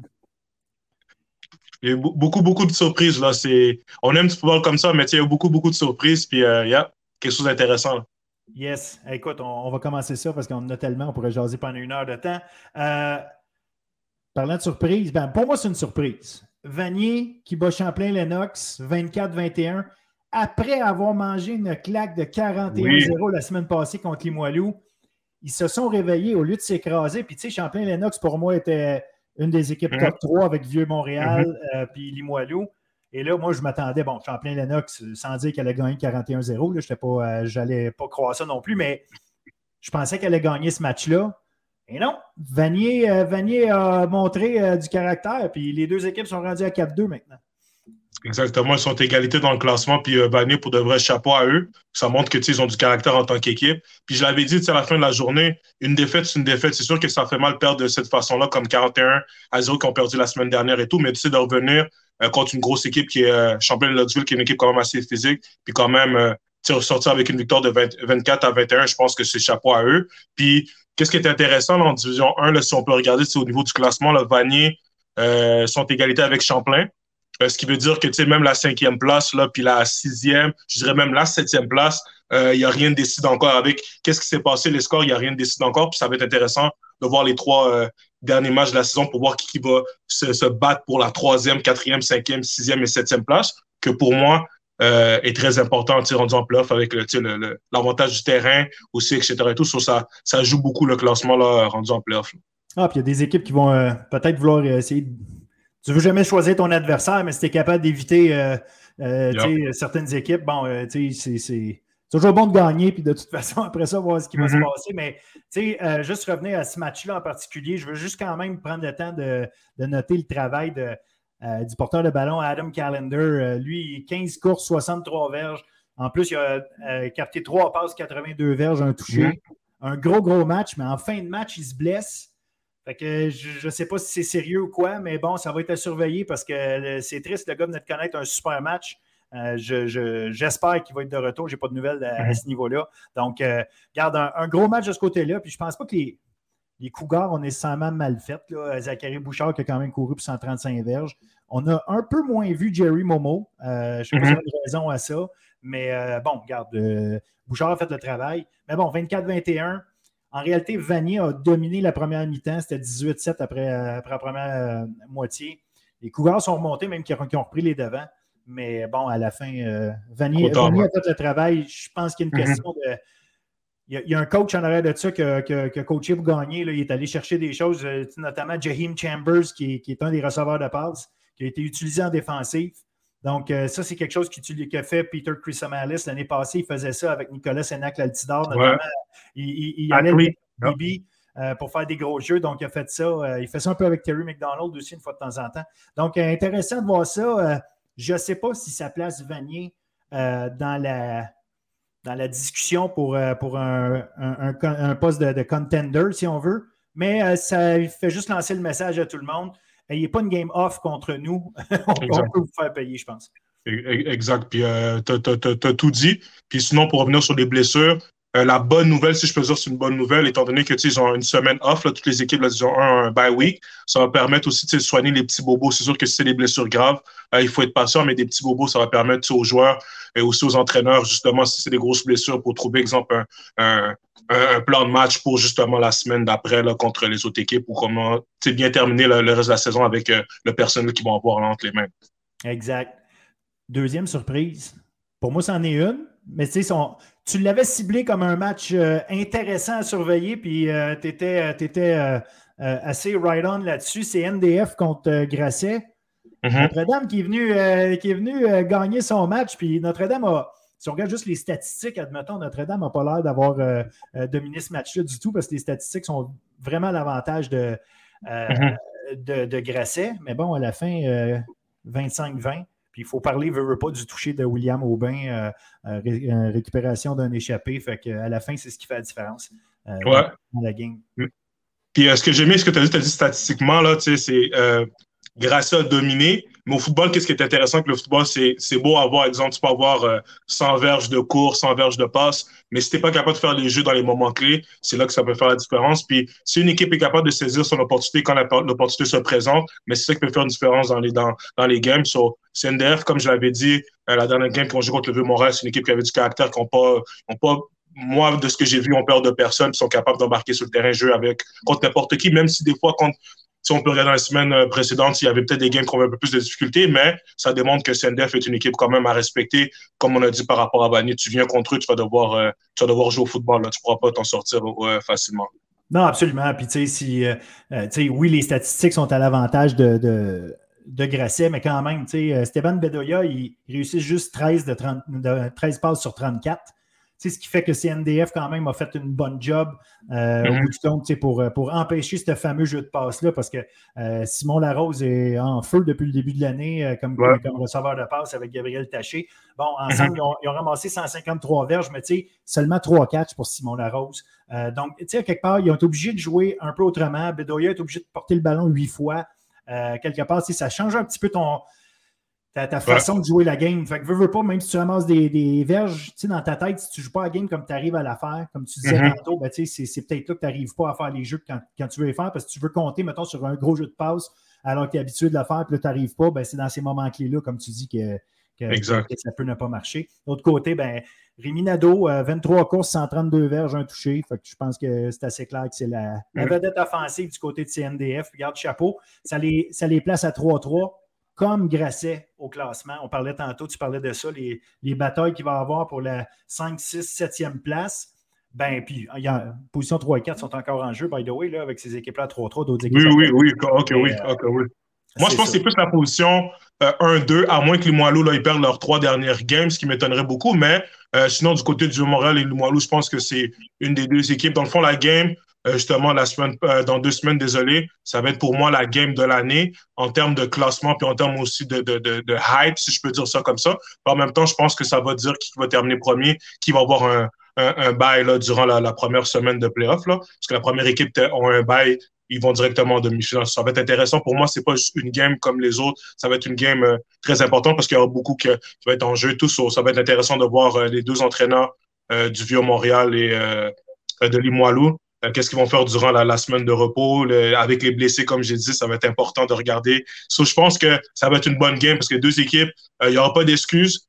Il y a eu beaucoup de surprises. Là. On aime du football comme ça, mais il y a eu beaucoup de surprises. Puis, quelque chose d'intéressant. Là. Yes. Écoute, on va commencer ça parce qu'on en a tellement, on pourrait jaser pendant 1 heure de temps. Parlant de surprise, pour moi, c'est une surprise. Vanier qui bat Champlain-Lennox 24-21 après avoir mangé une claque de 41-0 la semaine passée contre Limoilou. Ils se sont réveillés au lieu de s'écraser. Puis, tu sais, Champlain-Lennox, pour moi, était une des équipes top 3 avec Vieux-Montréal puis Limoilou. Et là, moi, je m'attendais, Champlain-Lennox, sans dire qu'elle allait gagner 41-0, je n'allais pas croire ça non plus, mais je pensais qu'elle allait gagner ce match-là. Et non, Vanier a montré du caractère, puis les deux équipes sont rendues à 4-2 maintenant. Exactement, ils sont égalité dans le classement, puis Vanier, pour de vrai, chapeau à eux. Ça montre qu'ils ont du caractère en tant qu'équipe. Puis je l'avais dit à la fin de la journée, une défaite, c'est une défaite. C'est sûr que ça fait mal perdre de cette façon-là, comme 41-0 qu'ils ont perdu la semaine dernière et tout, mais tu sais, de revenir contre une grosse équipe qui est Champlain-Lennoxville, qui est une équipe quand même assez physique, puis quand même ressortir avec une victoire de 24-21, je pense que c'est chapeau à eux. Puis, qu'est-ce qui est intéressant là, en Division 1, là, si on peut regarder au niveau du classement, là, Vanier sont égalité avec Champlain. Ce qui veut dire que même la 5e place, là, puis la 6e, je dirais même la 7e place, il n'y a rien de décidé encore avec qu'est-ce qui s'est passé, les scores, il n'y a rien de décidé encore. Puis ça va être intéressant de voir les 3 derniers matchs de la saison pour voir qui va se battre pour la 3e, 4e, 5e, 6e et 7e place, que pour moi est très important rendu en playoff avec l'avantage du terrain aussi, etc. Et tout. Ça joue beaucoup le classement là, rendu en playoff. Ah, puis il y a des équipes qui vont peut-être vouloir essayer de... Tu ne veux jamais choisir ton adversaire, mais si tu es capable d'éviter certaines équipes, c'est toujours bon de gagner, puis de toute façon, après ça, voir ce qui va se passer. Mais juste revenir à ce match-là en particulier, je veux juste quand même prendre le temps de noter le travail du porteur de ballon, Adam Callender. Lui, 15 courses, 63 verges. En plus, il a capté 3 passes, 82 verges, un touché. Un gros match, mais en fin de match, il se blesse. Fait que je ne sais pas si c'est sérieux ou quoi, mais bon, ça va être à surveiller parce que c'est triste, le gars venait de connaître un super match. J'espère qu'il va être de retour. Je n'ai pas de nouvelles à ce niveau-là. Donc, garde un gros match de ce côté-là. Puis je ne pense pas que les Cougars ont nécessairement mal fait. Là. Zachary Bouchard qui a quand même couru pour 135 verges. On a un peu moins vu Jerry Momo. Je ne sais pas s'il y a une raison à ça. Mais Bouchard a fait le travail. Mais bon, 24-21. En réalité, Vanier a dominé la première mi-temps. C'était 18-7 après la première moitié. Les Cougars sont remontés, même qui ont repris les devants. Mais bon, à la fin, Vanier a fait le travail. Je pense qu'il y a une question de... Il y a un coach en arrière de ça qui a coaché pour gagner. Là. Il est allé chercher des choses, notamment Jaheim Chambers, qui est un des receveurs de passe, qui a été utilisé en défensive. Donc, ça, c'est quelque chose qu'a fait Peter Chrysomalis l'année passée. Il faisait ça avec Nicolas Sénac-Altidore, notamment. Il allait le BB pour faire des gros jeux. Donc, il a fait ça. Il fait ça un peu avec Terry McDonald aussi, une fois de temps en temps. Donc, intéressant de voir ça. Je ne sais pas si ça place Vanier dans la discussion pour un poste de contender, si on veut. Mais ça fait juste lancer le message à tout le monde. Il n'y a pas une game off contre nous. on peut vous faire payer, je pense. Exact. Puis, tu as tout dit. Puis sinon, pour revenir sur les blessures, la bonne nouvelle, si je peux dire, c'est une bonne nouvelle, étant donné que ils ont une semaine off, là, toutes les équipes, là, ils ont un bye week. Ça va permettre aussi de soigner les petits bobos. C'est sûr que si c'est des blessures graves, il faut être patient, mais des petits bobos, ça va permettre aux joueurs et aussi aux entraîneurs, justement, si c'est des grosses blessures, pour trouver, exemple, un plan de match pour justement la semaine d'après là, contre les autres équipes ou comment bien terminer le reste de la saison avec le personnel qu'ils vont avoir là, entre les mains. Exact. Deuxième surprise. Pour moi, c'en est une, mais tu l'avais ciblé comme un match intéressant à surveiller, puis tu étais assez right-on là-dessus. C'est NDF contre Grasset. Mm-hmm. Notre-Dame qui est venu gagner son match. Puis Notre-Dame a, si on regarde juste les statistiques, admettons, Notre-Dame n'a pas l'air d'avoir dominé ce match-là du tout parce que les statistiques sont vraiment à l'avantage de Grasset. Mais bon, à la fin, 25-20. Puis il faut parler, veut pas, du toucher de William Aubin, récupération d'un échappé. Fait qu'à la fin, c'est ce qui fait la différence dans la game. Puis ce que j'ai aimé, ce que tu as dit statistiquement, là, c'est Grasset a dominé. Mais au football, qu'est-ce qui est intéressant que le football, c'est beau avoir, exemple, tu peux avoir 100 verges de course, 100 verges de passe, mais si tu n'es pas capable de faire les jeux dans les moments clés, c'est là que ça peut faire la différence. Puis si une équipe est capable de saisir son opportunité quand l'opportunité se présente, mais c'est ça qui peut faire une différence dans les games. So, CNDF, comme je l'avais dit, la dernière game qu'on joue contre le Vieux-Montréal, c'est une équipe qui avait du caractère, qui n'ont pas moi, de ce que j'ai vu, ont peur de personne, qui sont capables d'embarquer sur le terrain de jeu contre n'importe qui, même si des fois, si on peut regarder dans les semaines précédentes, il y avait peut-être des games qui avaient un peu plus de difficultés, mais ça démontre que CNDF est une équipe quand même à respecter. Comme on a dit par rapport à Vanier, tu viens contre eux, tu vas devoir jouer au football. Là. Tu ne pourras pas t'en sortir facilement. Non, absolument. Puis, tu sais, oui, les statistiques sont à l'avantage de Grasset, mais quand même, tu sais, Stéban Bedoya, il réussit juste 13 passes sur 34. C'est ce qui fait que CNDF, quand même, a fait une bonne job au bout du compte pour empêcher ce fameux jeu de passe-là, parce que Simon Larose est en feu depuis le début de l'année comme receveur de passe avec Gabriel Taché. Bon, ensemble, ils ont ramassé 153 verges, mais seulement 3 catchs pour Simon Larose. Donc, tu sais, à quelque part, ils ont été obligés de jouer un peu autrement. Bedoya est obligé de porter le ballon 8 fois. Quelque part, ça change un petit peu ta façon de jouer la game. Fait que veux pas, même si tu ramasses des verges, dans ta tête, si tu ne joues pas la game comme tu arrives à la faire, comme tu disais tantôt, ben, c'est peut-être là que tu n'arrives pas à faire les jeux quand tu veux les faire, parce que tu veux compter, mettons, sur un gros jeu de passe, alors que tu es habitué de le faire, puis là, tu n'arrives pas, ben, c'est dans ces moments clés-là, comme tu dis, que ça peut ne pas marcher. De l'autre côté, ben, Rémi Nadeau, 23 courses, 132 verges, un touché. Fait que je pense que c'est assez clair que c'est la vedette offensive du côté de CNDF. Regarde, chapeau, ça les place à 3-3. Comme Grasset au classement. On parlait tantôt, tu parlais de ça, les batailles qu'il va y avoir pour la 5, 6, 7e place. Ben, puis, position 3 et 4 sont encore en jeu, by the way, là, avec ces équipes-là 3-3, d'autres équipes. Oui. OK. Moi, je pense que c'est plus la position 1-2, à moins que les Limoilou, là, ils perdent leurs 3 dernières games, ce qui m'étonnerait beaucoup. Mais sinon, du côté du Montréal et Limoilou, je pense que c'est une des deux équipes. Dans le fond, la game, justement, dans 2 semaines, désolé, ça va être pour moi la game de l'année en termes de classement puis en termes aussi de hype, si je peux dire ça comme ça. En même temps, je pense que ça va dire qui va terminer premier, qui va avoir un bail là, durant la première semaine de playoff. Là, parce que la première équipe a un bail, ils vont directement en demi-finale. Ça va être intéressant. Pour moi, c'est pas juste une game comme les autres. Ça va être une game très importante parce qu'il y aura beaucoup qui va être en jeu. Tout ça va être intéressant de voir les 2 entraîneurs du Vieux-Montréal et de Limoilou. Qu'est-ce qu'ils vont faire durant la semaine de repos avec les blessés, comme j'ai dit, ça va être important de regarder. Je pense que ça va être une bonne game parce que 2 équipes, il n'y aura pas d'excuses.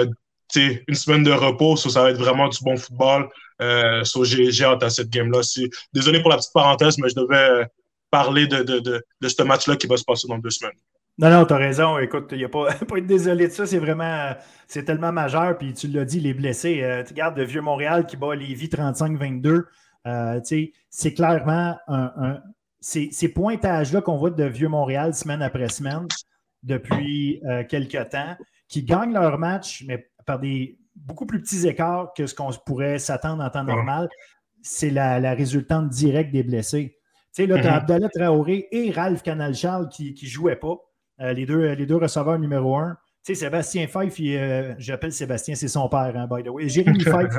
Une semaine de repos, ça va être vraiment du bon football. J'ai hâte à cette game-là. Désolé pour la petite parenthèse, mais je devais parler de ce match-là qui va se passer dans 2 semaines. Non, tu as raison. Écoute, il n'y a pas être désolé de ça. C'est tellement majeur. Puis tu l'as dit, les blessés. Tu regardes le Vieux-Montréal qui bat Lévis 35-22. C'est clairement ces pointages-là qu'on voit de Vieux-Montréal semaine après semaine depuis quelques temps, qui gagnent leur match, mais par des beaucoup plus petits écarts que ce qu'on pourrait s'attendre en temps normal. C'est la résultante directe des blessés. Tu sais, là, tu as Abdallah Traoré et Ralph Canal-Charles qui ne jouaient pas, les deux receveurs numéro 1. Tu sais, Sébastien Fife, j'appelle Sébastien, c'est son père, hein, by the way. Jérémy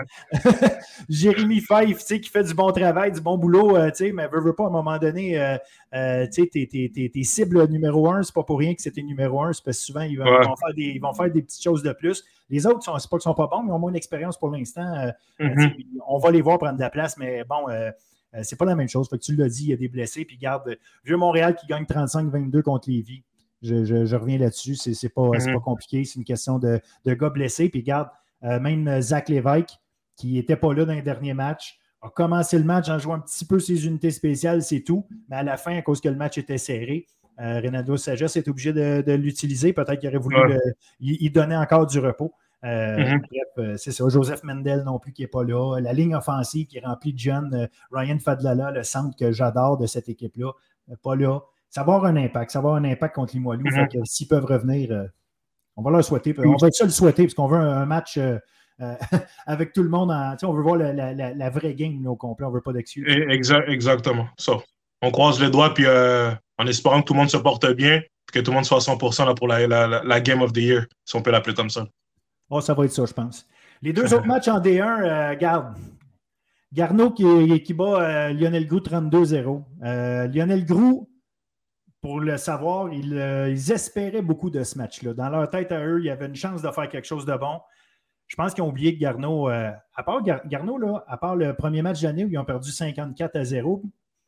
Fife, tu sais, qui fait du bon travail, du bon boulot, tu sais, mais veut pas, à un moment donné, tu sais, tes cibles numéro 1, c'est pas pour rien que c'était numéro 1, c'est parce que souvent, ils vont faire des petites choses de plus. Les autres, c'est pas qu'ils sont pas bons, mais ils ont moins d'expérience pour l'instant. On va les voir prendre de la place, mais bon, c'est pas la même chose. Fait que tu l'as dit, il y a des blessés, puis garde, Vieux-Montréal qui gagne 35-22 contre Lévis. Je reviens là-dessus, c'est pas compliqué, c'est une question de gars blessés. Puis regarde, même Zach Lévesque, qui n'était pas là dans les derniers matchs, a commencé le match en jouant un petit peu ses unités spéciales, c'est tout. Mais à la fin, à cause que le match était serré, Reynaldo Sagesse est obligé de l'utiliser. Peut-être qu'il aurait voulu y donner encore du repos. Bref, c'est ça. Joseph Mendel non plus qui n'est pas là. La ligne offensive qui est remplie de jeunes. Ryan Fadlala, le centre que j'adore de cette équipe-là, pas là. Ça va avoir un impact. Ça va avoir un impact contre Limoilou. Fait que s'ils peuvent revenir, on va leur souhaiter. On va être ça le souhaiter parce qu'on veut un match avec tout le monde. On veut voir la vraie game au complet. On ne veut pas d'excuses. Exactement. Ça. On croise les doigts puis en espérant que tout le monde se porte bien et que tout le monde soit à 100% là pour la Game of the Year, si on peut l'appeler comme ça. Oh, ça va être ça, je pense. Les deux autres matchs en D1, garde. Garneau qui bat Lionel Groux 32-0. Lionel Groux, pour le savoir, ils espéraient beaucoup de ce match-là. Dans leur tête à eux, il y avait une chance de faire quelque chose de bon. Je pense qu'ils ont oublié que Garneau, à part Garneau, là, à part le premier match d'année où ils ont perdu 54-0,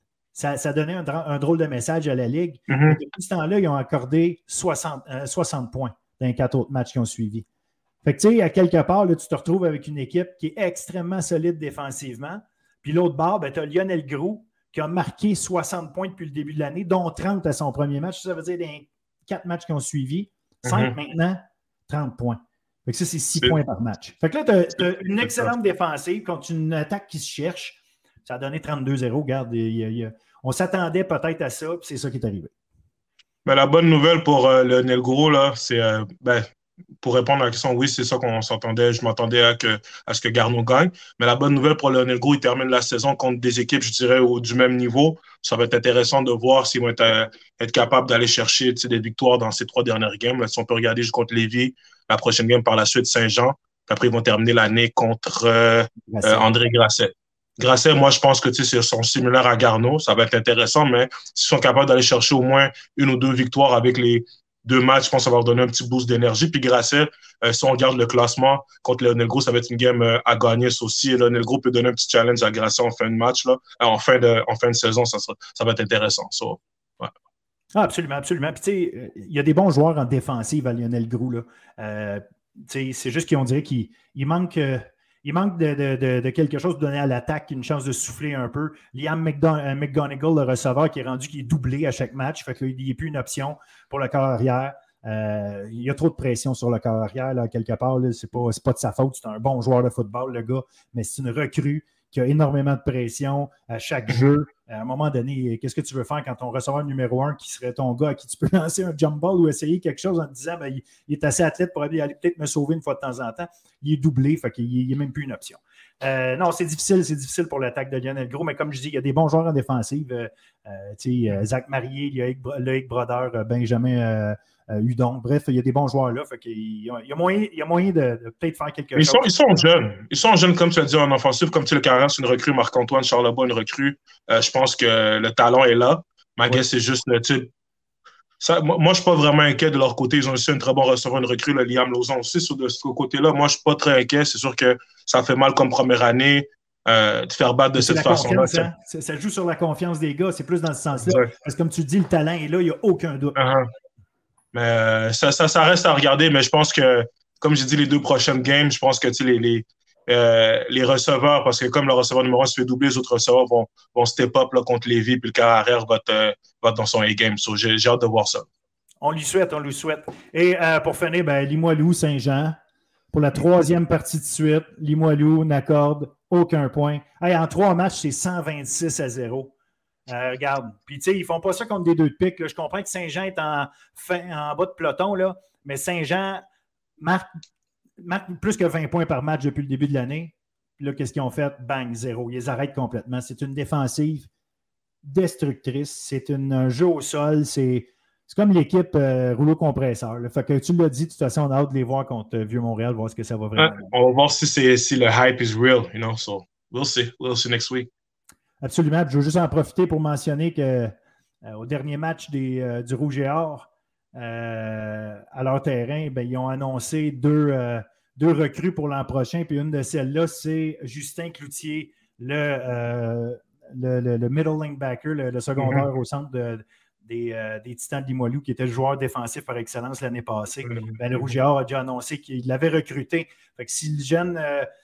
ça donnait un drôle de message à la Ligue. Depuis ce temps-là, ils ont accordé 60 points dans les 4 autres matchs qui ont suivi. Fait que, tu sais, à quelque part, là, tu te retrouves avec une équipe qui est extrêmement solide défensivement. Puis l'autre bord, ben, tu as Lionel Groux qui a marqué 60 points depuis le début de l'année, dont 30 à son premier match. Ça veut dire les 4 matchs qui ont suivi. 5 maintenant, 30 points. Fait que ça, c'est 6 points par match. Fait que là, tu as une excellente défensive contre une attaque qui se cherche. Ça a donné 32-0. Regarde, on s'attendait peut-être à ça, puis c'est ça qui est arrivé. Ben, la bonne nouvelle pour Lionel Groux, là, c'est pour répondre à la question, oui, c'est ça qu'on s'entendait. Je m'attendais à ce que Garneau gagne. Mais la bonne nouvelle pour Lionel Groux, il termine la saison contre des équipes, je dirais, du même niveau. Ça va être intéressant de voir s'ils vont être capables d'aller chercher des victoires dans ces 3 dernières games. Là, si on peut regarder juste contre Lévis, la prochaine game par la suite, Saint-Jean. Puis après, ils vont terminer l'année contre André Grasset. Grasset, moi, je pense que ils sont similaires à Garneau. Ça va être intéressant, mais s'ils sont capables d'aller chercher au moins 1 ou 2 victoires avec les 2 matchs, je pense que ça va leur donner un petit boost d'énergie. Puis Grasset, si on regarde le classement contre Lionel Groux, ça va être une game à gagner ça aussi. Lionel Groux peut donner un petit challenge à Grasset en fin de match, là. En fin de saison, ça va être intéressant. Ça. Ouais. Ah, absolument, absolument. Puis tu sais, il y a des bons joueurs en défensive à Lionel Groux, là. C'est juste qu'on dirait qu'il manque... Il manque de quelque chose de donner à l'attaque, une chance de souffler un peu. Liam McGonigal, le receveur, qui est doublé à chaque match. Fait qu'il n'est plus une option pour le corps arrière. Il y a trop de pression sur le corps arrière, là, quelque part. Ce n'est pas de sa faute. C'est un bon joueur de football, le gars. Mais c'est une recrue qui a énormément de pression à chaque jeu. À un moment donné, qu'est-ce que tu veux faire quand ton receveur numéro 1, qui serait ton gars à qui tu peux lancer un jump ball ou essayer quelque chose en te disant il est assez athlète pour aller peut-être me sauver une fois de temps en temps. Il est doublé, fait qu'il n'est même plus une option. Non, c'est difficile pour l'attaque de Lionel Groux, mais comme je dis, il y a des bons joueurs en défensive. Zach Marié, il y a Loïc Brodeur, Benjamin Hudon. Bref, il y a des bons joueurs là. Fait qu'il y a moyen de peut-être faire quelque chose. Ils sont jeunes. Ils sont jeunes, comme tu l'as dit, en offensive. Comme tu le carrière, c'est une recrue. Marc-Antoine Charlebois, une recrue. Je pense que le talent est là. Ma guess, c'est juste le type. Moi, je ne suis pas vraiment inquiet de leur côté. Ils ont aussi un très bon receveur, une recrue, le Liam Lauzon aussi. De ce côté-là, moi, je ne suis pas très inquiet. C'est sûr que ça fait mal comme première année de faire battre de cette façon-là. Hein? Ça joue sur la confiance des gars. C'est plus dans ce sens-là. Parce que comme tu dis, le talent est là. Il n'y a aucun doute. Mais ça reste à regarder. Mais je pense que, comme j'ai dit, les 2 prochaines games, je pense que les receveurs, parce que comme le receveur numéro 1 se fait doubler, les autres receveurs vont step up là, contre Lévis, puis le carrière arrière va être dans son A-game. So, j'ai hâte de voir ça. On lui souhaite. Et pour finir, Limoilou, Saint-Jean, pour la 3e partie de suite, Limoilou n'accorde aucun point. Hey, en 3 matchs, c'est 126-0. Regarde. Puis, tu sais, ils ne font pas ça contre des 2 de pique. Là. Je comprends que Saint-Jean est en bas de peloton, là, mais Saint-Jean marque plus que 20 points par match depuis le début de l'année. Puis là, qu'est-ce qu'ils ont fait? Bang, 0. Ils les arrêtent complètement. C'est une défensive destructrice. C'est un jeu au sol. C'est comme l'équipe rouleau compresseur. Là. Fait que tu l'as dit, de toute façon, on a hâte de les voir contre Vieux-Montréal, voir ce que ça va vraiment. On va voir si le hype is real, you know. So we'll see. We'll see next week. Absolument. Je veux juste en profiter pour mentionner qu'au dernier match du Rouge et Or, à leur terrain, ils ont annoncé 2 recrues pour l'an prochain. Puis une de celles-là, c'est Justin Cloutier, le middle linebacker, le secondaire au centre des Titans de Limoilou, qui était le joueur défensif par excellence l'année passée. Le Rouge et Or a déjà annoncé qu'il l'avait recruté. Fait que si le jeune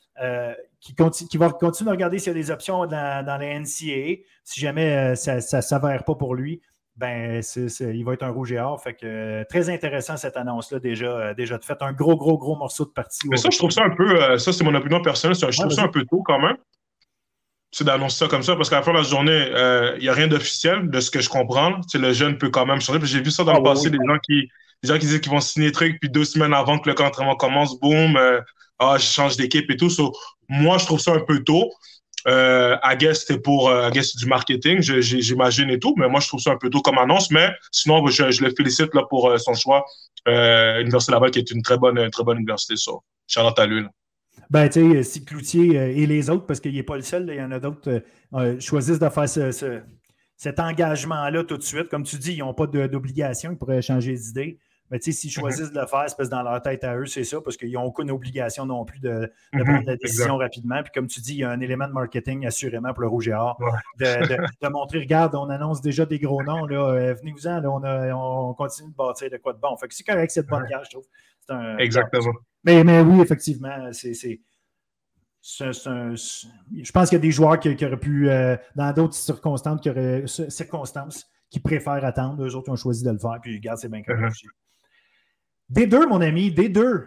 qui va continuer de regarder s'il y a des options dans les NCAA, si jamais ça ne s'avère pas pour lui, ben, il va être un rouge et or. Fait que très intéressant cette annonce-là déjà de fait. Un gros morceau de partie. Mais ça, je trouve ça un peu, ça c'est mon opinion personnelle, je trouve ça un peu tôt quand même. C'est d'annoncer ça comme ça, parce qu'à la fin de la journée, il n'y a rien d'officiel de ce que je comprends. Le jeune peut quand même changer. Puis j'ai vu ça dans le passé, des gens qui disent qu'ils vont signer des trucs, puis 2 semaines avant que le camp d'entraînement commence, boum, je change d'équipe et tout. Moi, je trouve ça un peu tôt. I guess c'était pour du marketing, j'imagine et tout, mais moi, je trouve ça un peu tôt comme annonce. Mais sinon, je le félicite là, pour son choix. Université Laval, qui est une très bonne université, ça. Charlotte à lui. Ben, tu sais, si Cloutier et les autres, parce qu'il n'est pas le seul, il y en a d'autres, choisissent de faire cet engagement-là tout de suite. Comme tu dis, ils n'ont pas d'obligation, ils pourraient changer d'idée. Mais tu sais, s'ils choisissent de le faire, c'est parce que dans leur tête à eux, c'est ça, parce qu'ils n'ont aucune obligation non plus de prendre la décision rapidement. Puis comme tu dis, il y a un élément de marketing assurément pour le Rouge et Or, de montrer, regarde, on annonce déjà des gros noms, là, venez-vous-en, là, on continue de bâtir de quoi de bon. Fait que c'est correct, c'est de bonne cage, je trouve. Exactement. Mais oui, effectivement, je pense qu'il y a des joueurs qui auraient pu, dans d'autres circonstances, qui préfèrent attendre. Eux autres, ils ont choisi de le faire. Puis, regarde, c'est bien correct. D2, mon ami, D2.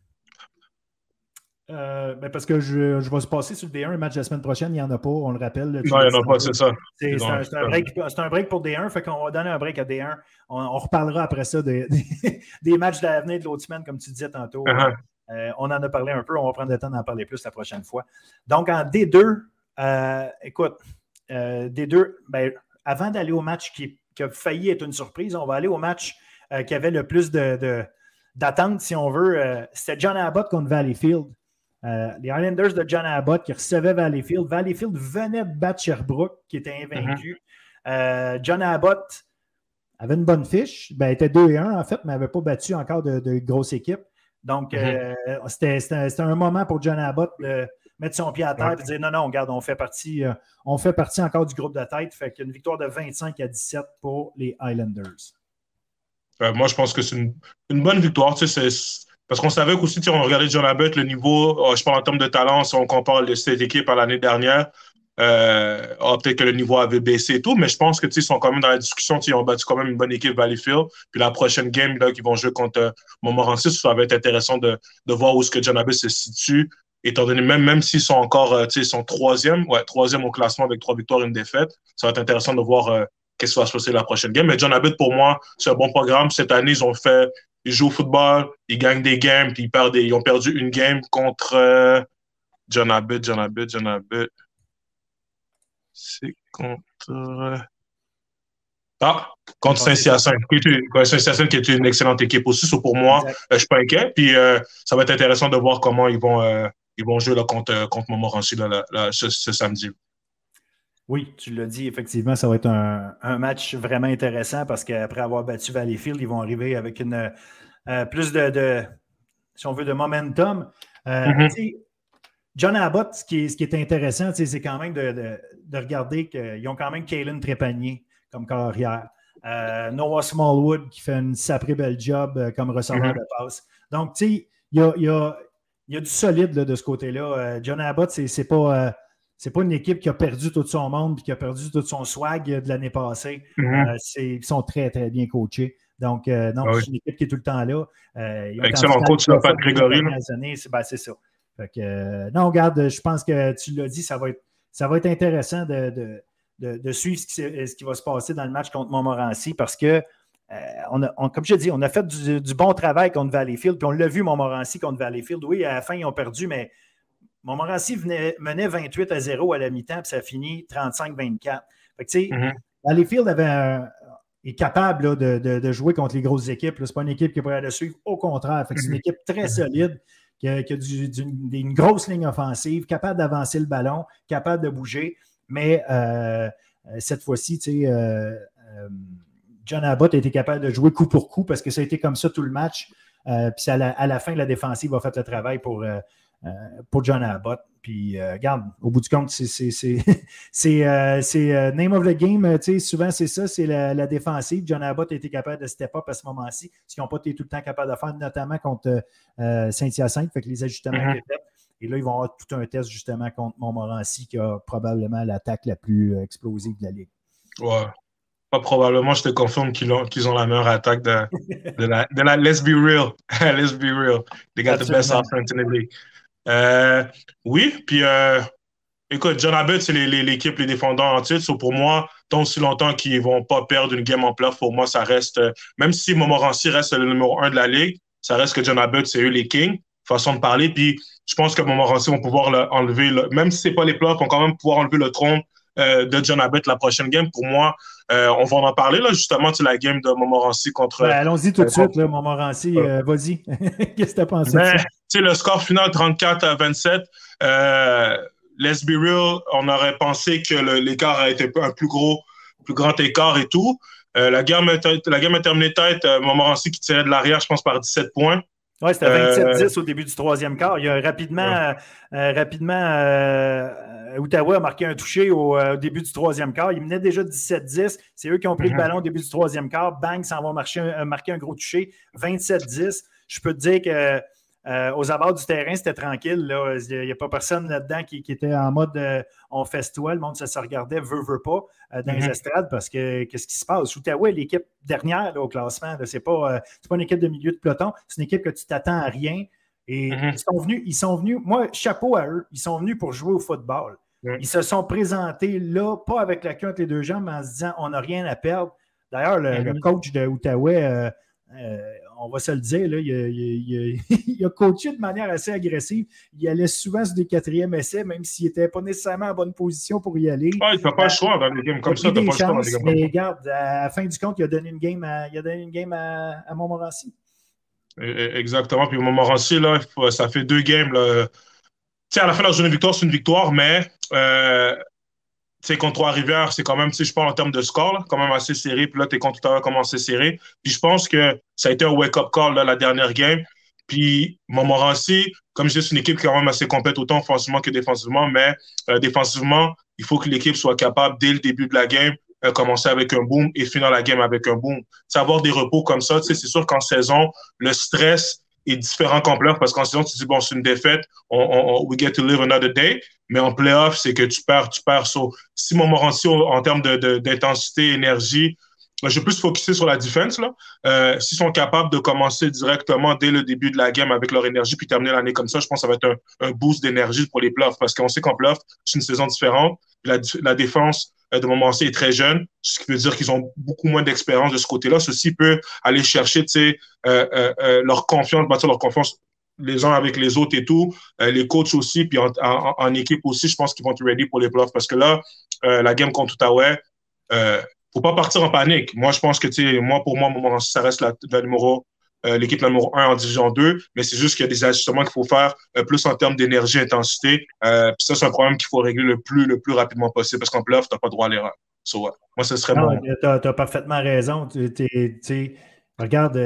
Ben parce que je vais se passer sur le D1, un match la semaine prochaine, il n'y en a pas, on le rappelle. Non, il n'y en a pas, c'est ça. C'est un break pour D1, fait qu'on va donner un break à D1. On reparlera après ça des matchs de l'avenir de l'autre semaine, comme tu disais tantôt. On en a parlé un peu, on va prendre le temps d'en parler plus la prochaine fois. Donc, en D2, écoute, D2, ben, avant d'aller au match qui a failli être une surprise, on va aller au match qui avait le plus d'attente, si on veut. C'était John Abbott contre Valleyfield. Les Highlanders de John Abbott qui recevaient Valleyfield. Valleyfield venait de battre Sherbrooke, qui était invaincu. John Abbott avait une bonne fiche. Ben, il était 2-1, en fait, mais n'avait pas battu encore de grosse équipe. Donc, c'était un moment pour John Abbott de mettre son pied à terre et de dire non, regarde, on fait partie encore du groupe de tête. Fait qu'il y a une victoire de 25-17 pour les Highlanders. Moi, je pense que c'est une bonne victoire. Parce qu'on savait qu'aussi, on regardait John Abbott, le niveau, je parle en termes de talent, si on compare cette équipe à l'année dernière, peut-être que le niveau avait baissé et tout, mais je pense que ils sont quand même dans la discussion. Ils ont battu quand même une bonne équipe Valleyfield. Puis la prochaine game là, qu'ils vont jouer contre Montmorency, ça va être intéressant de voir où est-ce que John Abbott se situe, étant donné même s'ils sont encore ils sont troisième au classement avec 3 victoires et une défaite. Ça va être intéressant de voir qu'est-ce qui va se passer la prochaine game. Mais John Abbott, pour moi, c'est un bon programme. Cette année, ils jouent au football, ils gagnent des games, puis ils ont perdu une game contre John Abbott. C'est contre Saint-Hyacinthe. Saint-Hyacinthe qui est une excellente équipe aussi. Pour moi, je ne suis pas inquiet. Puis ça va être intéressant de voir comment ils vont jouer là, contre Montmorency ce samedi. Oui, tu l'as dit, effectivement, ça va être un match vraiment intéressant parce qu'après avoir battu Valleyfield, ils vont arriver avec plus si on veut, de momentum. John Abbott, ce qui est intéressant, c'est quand même de regarder qu'ils ont quand même Kalen Trépanier comme carrière. Noah Smallwood qui fait une sacrée belle job comme receveur de passe. Donc, tu sais, il y a du solide là, de ce côté-là. John Abbott, c'est pas une équipe qui a perdu tout son monde et qui a perdu tout son swag de l'année passée. Ils sont très, très bien coachés. Donc, c'est une équipe qui est tout le temps là. Excellent coach, Pat Grégory. C'est ça. Fait que, non, regarde, je pense que tu l'as dit, ça va être intéressant de suivre ce qui va se passer dans le match contre Montmorency parce que, comme je dis, on a fait du bon travail contre Valleyfield, puis on l'a vu, Montmorency contre Valleyfield. Oui, à la fin, ils ont perdu, mais Montmorency menait 28-0 à la mi-temps, puis ça a fini 35-24. Fait que, tu sais, Valleyfield est capable là, de jouer contre les grosses équipes. Ce n'est pas une équipe qui pourrait le suivre. Au contraire, c'est une équipe très solide qui a une grosse ligne offensive, capable d'avancer le ballon, capable de bouger. Mais cette fois-ci, John Abbott a été capable de jouer coup pour coup parce que ça a été comme ça tout le match. Puis à la fin, la défensive a fait le travail pour John Abbott. Puis, regarde, au bout du compte, c'est name of the game. Souvent, c'est ça, c'est la défensive. John Abbott a été capable de step up à ce moment-ci, ce qu'ils n'ont pas été tout le temps capables de faire, notamment contre Saint-Hyacinthe. Fait que les ajustements qu'ils ont fait. Et là, ils vont avoir tout un test, justement, contre Montmorency, qui a probablement l'attaque la plus explosive de la Ligue. Ouais. Pas probablement, je te confirme qu'ils ont la meilleure attaque de la let's be real. Let's be real. They got the best offense in the league. Oui, puis écoute, John Abbott, c'est l'équipe, les défendants en titre. So pour moi, tant aussi longtemps qu'ils ne vont pas perdre une game en playoff, pour moi, ça reste, même si Montmorency reste le numéro 1 de la ligue, ça reste que John Abbott, c'est eux les kings, façon de parler. Puis je pense que Montmorency vont pouvoir enlever, même si ce n'est pas les playoffs, vont quand même pouvoir enlever le trône de John Abbott la prochaine game. Pour moi, on va en parler, là, justement, de la game de Montmorency contre... allons-y tout de suite, là, Montmorency. Vas-y. Qu'est-ce que tu as pensé de ça? Le score final, 34-27. Let's be real, on aurait pensé que l'écart a été un plus grand écart et tout. La game a terminé tête. Montmorency qui tirait de l'arrière, je pense, par 17 points. Oui, c'était 27-10 au début du troisième quart. Il y a rapidement, Outaouais a marqué un touché au début du troisième quart. Il menait déjà 17-10. C'est eux qui ont pris le ballon au début du troisième quart. Bang, s'en vont marquer un gros touché. 27-10. Je peux te dire que aux abords du terrain, c'était tranquille. Là. Il n'y a pas personne là-dedans qui était en mode on festoie. Le monde se regardait, veut pas, dans les estrades parce que qu'est-ce qui se passe? Outaouais, l'équipe dernière là, au classement, c'est pas une équipe de milieu de peloton, c'est une équipe que tu t'attends à rien. Et ils sont venus, moi, chapeau à eux, ils sont venus pour jouer au football. Ils se sont présentés là, pas avec la queue entre les deux jambes, mais en se disant on n'a rien à perdre. D'ailleurs, le coach de Outaouais, on va se le dire, là, il a coaché de manière assez agressive. Il allait souvent sur des quatrièmes essais, même s'il n'était pas nécessairement en bonne position pour y aller. Il ne fait pas le choix dans des games comme ça. Mais regarde, à la fin du compte, il a donné une game à Montmorency. Exactement. Puis Montmorency, là, ça fait 2 games. Là. À la fin de la journée de victoire, c'est une victoire, mais contre Trois-Rivières, c'est quand même, je parle en termes de score, là, quand même assez serré. Puis là, t'es contre Ottawa, comment c'est serré. Puis je pense que ça a été un wake-up call là, la dernière game. Puis Montmorency, comme je dis, c'est une équipe qui est quand même assez complète, autant offensivement que défensivement. Mais défensivement, il faut que l'équipe soit capable, dès le début de la game, commencer avec un boom et finir la game avec un boom. Avoir des repos comme ça, c'est sûr qu'en saison, le stress est différent qu'en playoff parce qu'en saison, tu te dis, bon, c'est une défaite, we get to live another day. Mais en playoff, c'est que tu perds. Si Montmorency, en termes d'intensité, énergie, je vais plus focuser sur la défense. S'ils sont capables de commencer directement dès le début de la game avec leur énergie puis terminer l'année comme ça, je pense que ça va être un boost d'énergie pour les playoffs parce qu'on sait qu'en playoff, c'est une saison différente. La défense de Montmorency est très jeune, ce qui veut dire qu'ils ont beaucoup moins d'expérience de ce côté-là. Ceci peut aller chercher leur confiance, bâtir leur confiance les uns avec les autres et tout, les coachs aussi, puis en équipe aussi, je pense qu'ils vont être ready pour les playoffs parce que là, la game contre Outaouais, faut pas partir en panique. Moi, je pense que, pour moi, ça reste l'équipe numéro 1 en division 2, mais c'est juste qu'il y a des ajustements qu'il faut faire plus en termes d'énergie, intensité. Puis ça, c'est un problème qu'il faut régler le plus rapidement possible parce qu'en playoff, tu n'as pas droit à l'erreur. So, moi, ce serait mon... Tu as parfaitement raison. Regarde,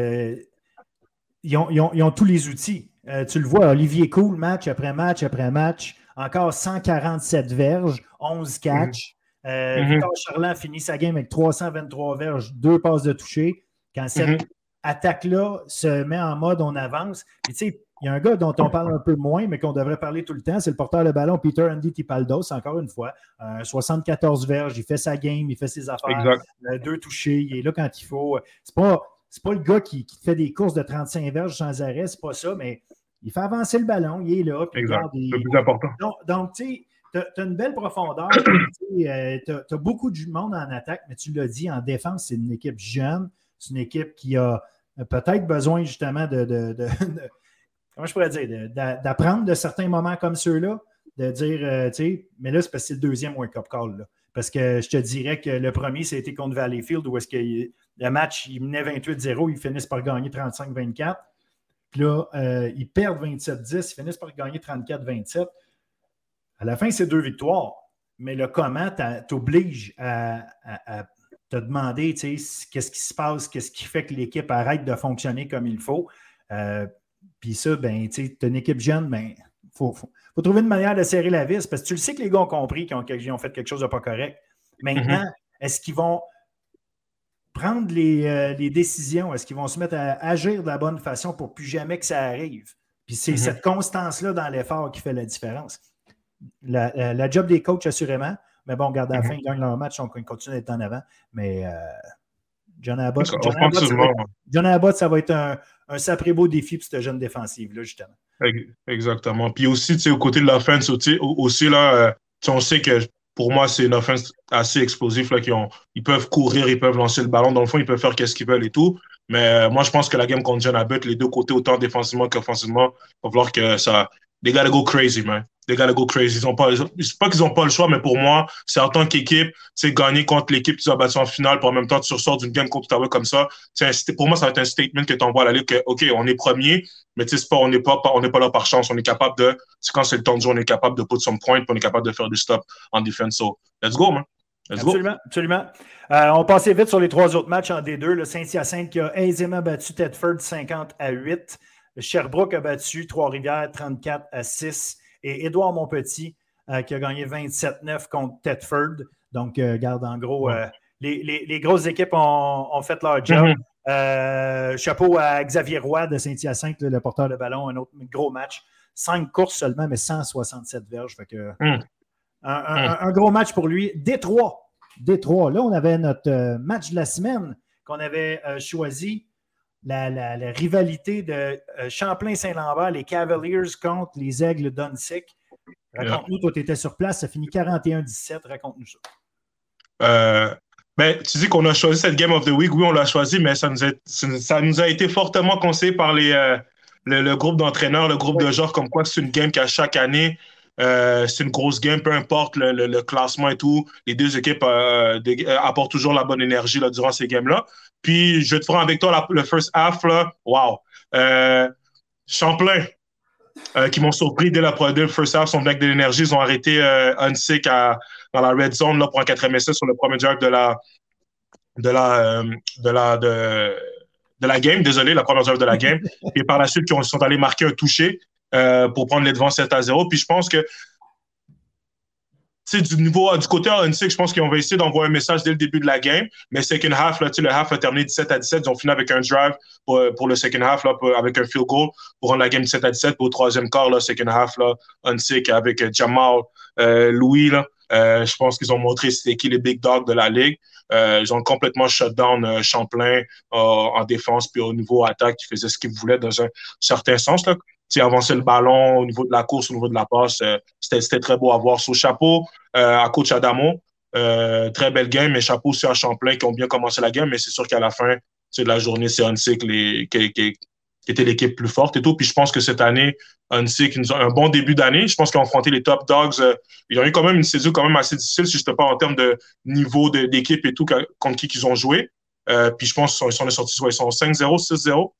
ils ont tous les outils. Tu le vois, Olivier Cool, match après match après match, encore 147 verges, 11 catchs. Victor Charland finit sa game avec 323 verges, 2 passes de toucher. Quand cette attaque-là se met en mode on avance, tu sais, il y a un gars dont on parle un peu moins, mais qu'on devrait parler tout le temps, c'est le porteur de ballon Peter Andy Tipaldos, encore une fois. 74 verges, il fait sa game, il fait ses affaires. 2 touchés, il est là quand il faut. C'est pas le gars qui fait des courses de 35 verges sans arrêt, c'est pas ça, mais il fait avancer le ballon, il est là. Puis regarde, c'est le plus important. Donc tu sais, tu as une belle profondeur. Tu as beaucoup de monde en attaque, mais tu l'as dit, en défense, c'est une équipe jeune. C'est une équipe qui a peut-être besoin justement comment je pourrais dire, d'apprendre de certains moments comme ceux-là, de dire, tu sais, mais là, c'est parce que c'est le deuxième wake-up call. Là. Parce que je te dirais que le premier, c'était contre Valleyfield, où est-ce que le match, il menait 28-0, ils finissent par gagner 35-24. Puis là, ils perdent 27-10, ils finissent par gagner 34-27. À la fin, c'est 2 victoires. Mais le comment t'oblige à te demander, tu sais, qu'est-ce qui se passe, qu'est-ce qui fait que l'équipe arrête de fonctionner comme il faut. Puis ça, ben, tu sais, t'as une équipe jeune, ben, faut trouver une manière de serrer la vis parce que tu le sais que les gars ont compris qu'ils ont fait quelque chose de pas correct. Maintenant, est-ce qu'ils vont prendre les décisions? Est-ce qu'ils vont se mettre à agir de la bonne façon pour plus jamais que ça arrive? Puis c'est cette constance-là dans l'effort qui fait la différence. La job des coachs, assurément. Mais bon, regarde, à la fin, ils gagnent leur match, ils continuent d'être en avant. Mais John Abbott, ça va être un sacré beau défi pour cette jeune défensive-là, justement. Exactement. Puis aussi, tu sais, au côté de l'offense, aussi là, on sait que pour moi, c'est une offense assez explosive. Là, ils peuvent courir, ils peuvent lancer le ballon. Dans le fond, ils peuvent faire ce qu'ils veulent et tout. Mais moi, je pense que la game contre John Abbott, les deux côtés, autant défensivement qu'offensivement, il va falloir que ça. They gotta go crazy, man. They gotta go crazy. C'est pas qu'ils n'ont pas le choix, mais pour moi, c'est en tant qu'équipe, c'est gagner contre l'équipe qui a battu en finale, puis en même temps, tu ressors d'une game contre Ottawa comme ça. Pour moi, ça va être un statement que tu envoies à la Ligue que, OK, on est premier, mais on n'est pas là par chance. On est capable de, quand c'est le temps de jouer, on est capable de put some point, puis on est capable de faire du stop en defense. So, let's go, man. Absolument. On passait vite sur les 3 autres matchs en D2. Le Saint-Hyacinthe qui a aisément battu Thetford 50-8. Sherbrooke a battu Trois-Rivières 34-6. Et Édouard Montpetit qui a gagné 27-9 contre Thetford. Donc, regarde, en gros, les grosses équipes ont fait leur job. Chapeau à Xavier Roy de Saint-Hyacinthe, le porteur de ballon, un autre gros match. 5 courses seulement, mais 167 verges. Fait que, un gros match pour lui. Détroit. Là, on avait notre match de la semaine qu'on avait choisi. La rivalité de Champlain-Saint-Lambert, les Cavaliers contre les Aigles d'Huntsic. Raconte-nous, toi, tu étais sur place, ça finit 41-17. Raconte-nous ça. Tu dis qu'on a choisi cette Game of the Week. Oui, on l'a choisi, mais ça nous a été fortement conseillé par le groupe d'entraîneurs, le groupe de joueurs, comme quoi c'est une game qu'à chaque année, c'est une grosse game, peu importe le classement et tout. Les deux équipes apportent toujours la bonne énergie là, durant ces games-là. Puis, je vais te faire avec toi le first half. Là. Wow! Champlain, qui m'ont surpris dès le first half, sont venus avec de l'énergie. Ils ont arrêté Huntsic dans la red zone là, pour un 4e essai sur le premier drive de la game. Désolé, la première drive de la game. Puis par la suite, ils sont allés marquer un touché pour prendre les devants 7-0. Puis je pense que du côté Huntsic, je pense qu'on va essayer d'envoyer un message dès le début de la game. Mais second half, là, le half a terminé 17-17. Ils ont fini avec un drive pour le second half, là, avec un field goal pour rendre la game 17-17. Pour le troisième quart, là, second half, là, Huntsic avec Jamal Louis. Là, je pense qu'ils ont montré c'était qui les big dogs de la ligue. Ils ont complètement shut down Champlain en défense puis au niveau attaque. Ils faisaient ce qu'ils voulaient dans un certain sens. Là. Avancer le ballon au niveau de la course, au niveau de la passe, c'était très beau à voir. Sur chapeau à coach Adamo, très belle game, mais chapeau aussi à Champlain qui ont bien commencé la game, mais c'est sûr qu'à la fin de la journée, c'est Huntsic qui était l'équipe plus forte et tout. Puis je pense que cette année, Huntsic nous a un bon début d'année. Je pense qu'ils ont affronté les top dogs. Ils ont eu quand même une saison quand même assez difficile, si je te parle en termes de niveau d'équipe et tout, contre qui ils ont joué. Puis je pense qu'ils sont sortis, ils sont 5-0, 6-0,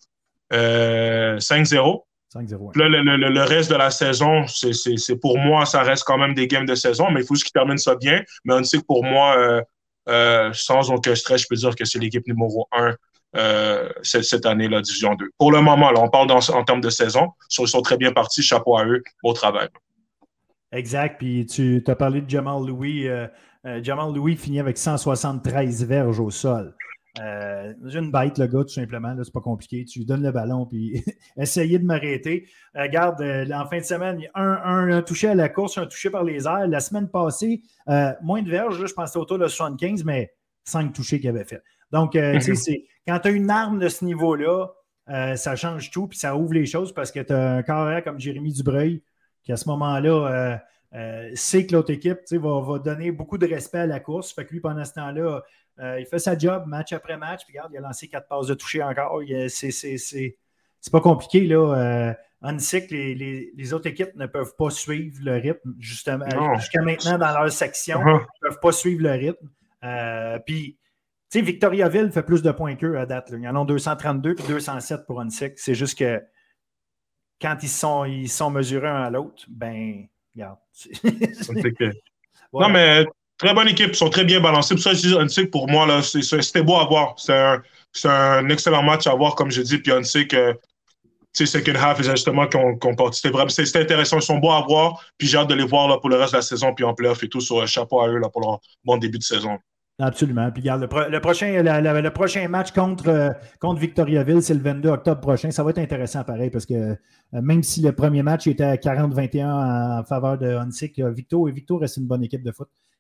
5-0. 5-0. Là, le reste de la saison, c'est pour moi, ça reste quand même des games de saison, mais il faut juste qu'ils terminent ça bien. Mais on sait que pour moi, sans aucun stress, je peux dire que c'est l'équipe numéro 1 cette année, la Division 2. Pour le moment, là, on parle en termes de saison. Ils sont très bien partis. Chapeau à eux. Beau travail. Exact. Puis tu as parlé de Jamal Louis. Jamal Louis finit avec 173 verges au sol. J'ai une bête, le gars, tout simplement. Là, c'est pas compliqué. Tu lui donnes le ballon, puis essayez de m'arrêter. Regarde, en fin de semaine, il y a un touché à la course, un touché par les airs. La semaine passée, moins de verges, là, je pensais autour de 75, mais 5 touchés qu'il avait fait. Donc, tu sais, quand tu as une arme de ce niveau-là, ça change tout, puis ça ouvre les choses parce que tu as un carrière comme Jérémy Dubreuil qui, à ce moment-là, sait que l'autre équipe va donner beaucoup de respect à la course. Fait que lui, pendant ce temps-là, il fait sa job match après match. Puis regarde, il a lancé 4 passes de toucher encore. C'est pas compliqué, là. Huntsic, les autres équipes ne peuvent pas suivre le rythme, justement. Jusqu'à maintenant, dans leur section, ils ne peuvent pas suivre le rythme. Puis, tu sais, Victoriaville fait plus de points qu'eux à date. Là. Ils en ont 232 puis 207 pour Huntsic. C'est juste que quand ils sont mesurés un à l'autre, ben, regarde. Voilà. Non, mais très bonne équipe. Ils sont très bien balancés. Pour ça, je dis Huntsic, pour moi, là, c'était beau à voir. C'est un excellent match à voir, comme je dis. Puis Huntsic, tu sais, second half, les ajustements qu'on porte. C'était intéressant. Ils sont beaux à voir. Puis j'ai hâte de les voir là, pour le reste de la saison, puis en playoff et tout. Sur chapeau à eux là, pour leur bon début de saison. Absolument. Puis regarde, le prochain match contre Victoriaville, c'est le 22 octobre prochain. Ça va être intéressant pareil parce que même si le premier match était à 40-21 en faveur de Huntsic, Victo reste une bonne équipe de foot.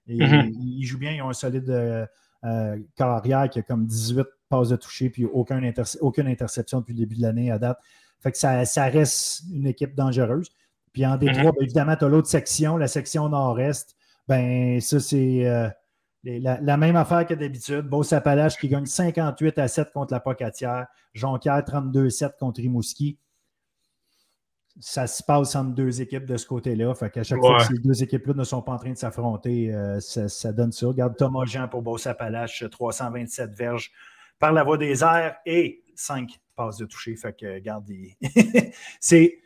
Ils jouent bien, ils ont un solide carrière qui a comme 18 passes de toucher, puis aucune interception depuis le début de l'année à date. Fait que ça reste une équipe dangereuse. Puis en Détroit, évidemment, tu as l'autre section, la section nord-est. Ben, ça, c'est la même affaire que d'habitude. Beauce-Appalaches qui gagne 58-7 contre la Pocatière. Jonquière 32-7 contre Rimouski. Ça se passe entre deux équipes de ce côté-là. Fait qu'à chaque fois que ces deux équipes-là ne sont pas en train de s'affronter, ça donne ça. Regarde Thomas Jean pour Beauce-Appalaches, 327 verges par la voie des airs et 5 passes de toucher. Fait que, regarde, c'est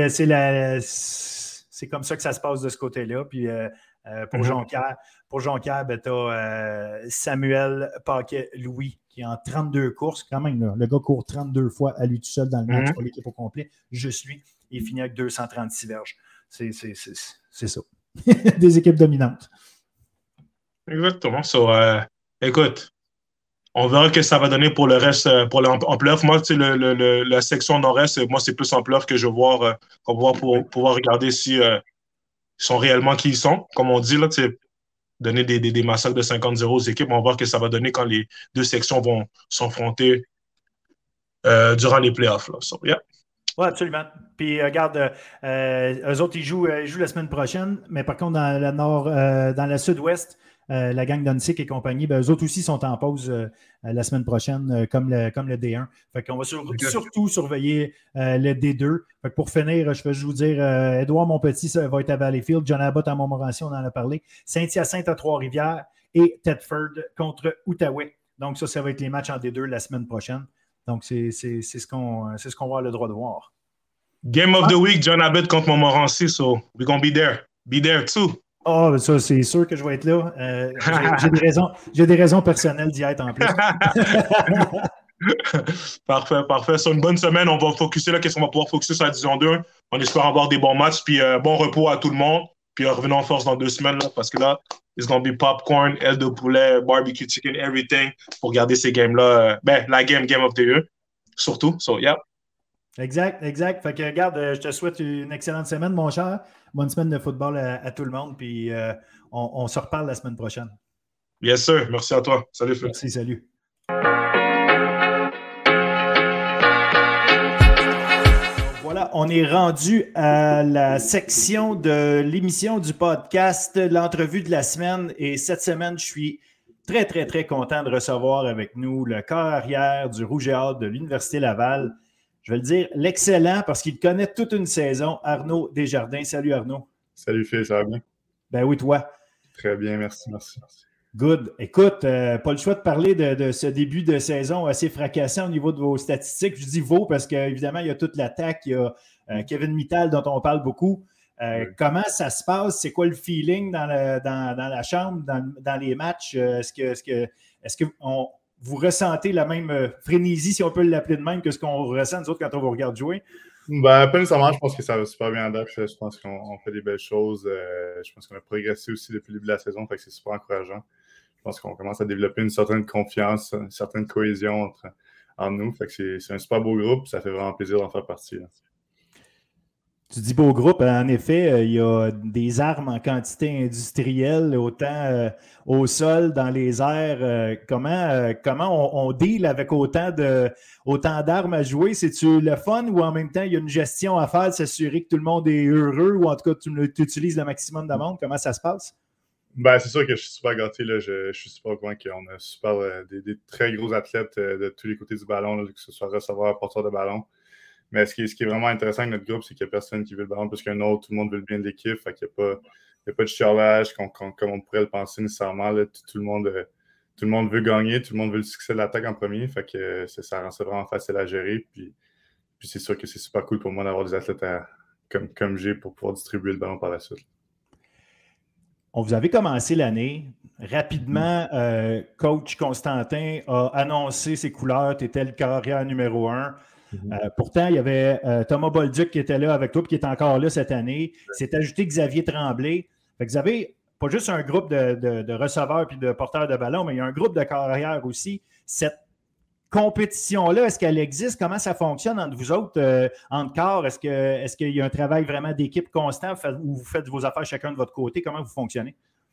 comme ça que ça se passe de ce côté-là. Puis pour Jonquière, ben, tu as Samuel Paquet-Louis qui est en 32 courses. Quand même, là, le gars court 32 fois à lui tout seul dans le match pour l'équipe au complet. Juste lui. Il finit avec 236 verges. C'est ça. Des équipes dominantes. Exactement. Écoute, on verra ce que ça va donner pour le reste, en playoff. Moi, tu sais, la section nord-est, moi, c'est plus en playoff que je veux voir, qu'on va pouvoir regarder si ils sont réellement qui ils sont. Comme on dit, là, tu sais, donner des massacres de 50-0 aux équipes. On va voir ce que ça va donner quand les deux sections vont s'affronter durant les playoffs. Là. So, yeah. Oui, absolument. Puis regarde, eux autres, ils jouent la semaine prochaine, mais par contre, dans la sud-ouest, la gang d'Onsic et compagnie, ben, eux autres aussi sont en pause la semaine prochaine, comme le D1. Fait qu'on va surtout surveiller le D2. Fait que pour finir, je peux juste vous dire, Édouard Montpetit ça va être à Valleyfield, John Abbott à Montmorency, on en a parlé, Saint-Hyacinthe à Trois-Rivières et Thetford contre Outaouais. Donc ça va être les matchs en D2 la semaine prochaine. Donc, c'est ce qu'on va avoir le droit de voir. Game of the week, John Abbott contre Montmorency, so we're going to be there. Be there too. Ah, ça, c'est sûr que je vais être là. J'ai des raisons personnelles d'y être en plus. Parfait. C'est une bonne semaine. On va focuser là. Qu'est-ce qu'on va pouvoir focuser sur la Division 2? On espère avoir des bons matchs. Puis bon repos à tout le monde. Puis revenons en force dans 2 semaines là, parce que là, it's going to be popcorn, aile de poulet, barbecue chicken, everything pour garder ces games-là. La game of the year, surtout. So, yeah. Exact. Fait que, regarde, je te souhaite une excellente semaine, mon cher. Bonne semaine de football à tout le monde. Puis, on se reparle la semaine prochaine. Yes, sir. Merci à toi. Salut, Phil. Merci, salut. Voilà, on est rendu à la section de l'émission du podcast, l'entrevue de la semaine. Et cette semaine, je suis très, très, très content de recevoir avec nous le corps arrière du Rouge et Or de l'Université Laval. Je vais le dire, l'excellent, parce qu'il connaît toute une saison, Arnaud Desjardins. Salut, Arnaud. Salut, Phil, ça va bien? Ben oui, toi. Très bien, merci. Good. Écoute, pas le choix de parler de ce début de saison assez fracassant au niveau de vos statistiques. Je dis vos parce qu'évidemment, il y a toute l'attaque. Il y a Kevin Mittal dont on parle beaucoup. Oui. Comment ça se passe? C'est quoi le feeling dans la chambre, dans les matchs? Est-ce que vous ressentez la même frénésie, si on peut l'appeler de même, que ce qu'on ressent nous autres quand on vous regarde jouer? Pas nécessairement. Je pense que ça va super bien à date. Je pense qu'on fait des belles choses. Je pense qu'on a progressé aussi depuis le début de la saison. Fait que c'est super encourageant. Je pense qu'on commence à développer une certaine confiance, une certaine cohésion entre nous. Fait que c'est un super beau groupe. Ça fait vraiment plaisir d'en faire partie. Là. Tu dis beau groupe. En effet, il y a des armes en quantité industrielle, autant au sol, dans les airs. Comment on deal avec autant d'armes à jouer? C'est-tu le fun ou en même temps, il y a une gestion à faire, de s'assurer que tout le monde est heureux ou en tout cas, tu utilises le maximum de monde? Comment ça se passe? C'est sûr que je suis super gâté. Là. Je suis super content qu'on a super des très gros athlètes de tous les côtés du ballon, là, que ce soit receveur, porteur de ballon. Mais ce qui est vraiment intéressant avec notre groupe, c'est qu'il n'y a personne qui veut le ballon plus qu'un autre. Tout le monde veut le bien de l'équipe. Fait qu'il n'y a pas de chialage comme on pourrait le penser nécessairement. Là. Tout le monde veut gagner. Tout le monde veut le succès de l'attaque en premier. Fait que ça rend ça vraiment facile à gérer. Puis c'est sûr que c'est super cool pour moi d'avoir des athlètes comme j'ai pour pouvoir distribuer le ballon par la suite. Vous avez commencé l'année. Rapidement, coach Constantin a annoncé ses couleurs. Tu étais le carrière numéro 1. Pourtant, il y avait Thomas Bolduc qui était là avec toi et qui est encore là cette année. C'est ajouté Xavier Tremblay. Fait que vous avez pas juste un groupe de receveurs et de porteurs de ballon, mais il y a un groupe de carrières aussi. Cette compétition-là, est-ce qu'elle existe? Comment ça fonctionne entre vous autres, entre corps? Est-ce qu'il y a un travail vraiment d'équipe constant où vous faites vos affaires chacun de votre côté? Comment vous fonctionnez?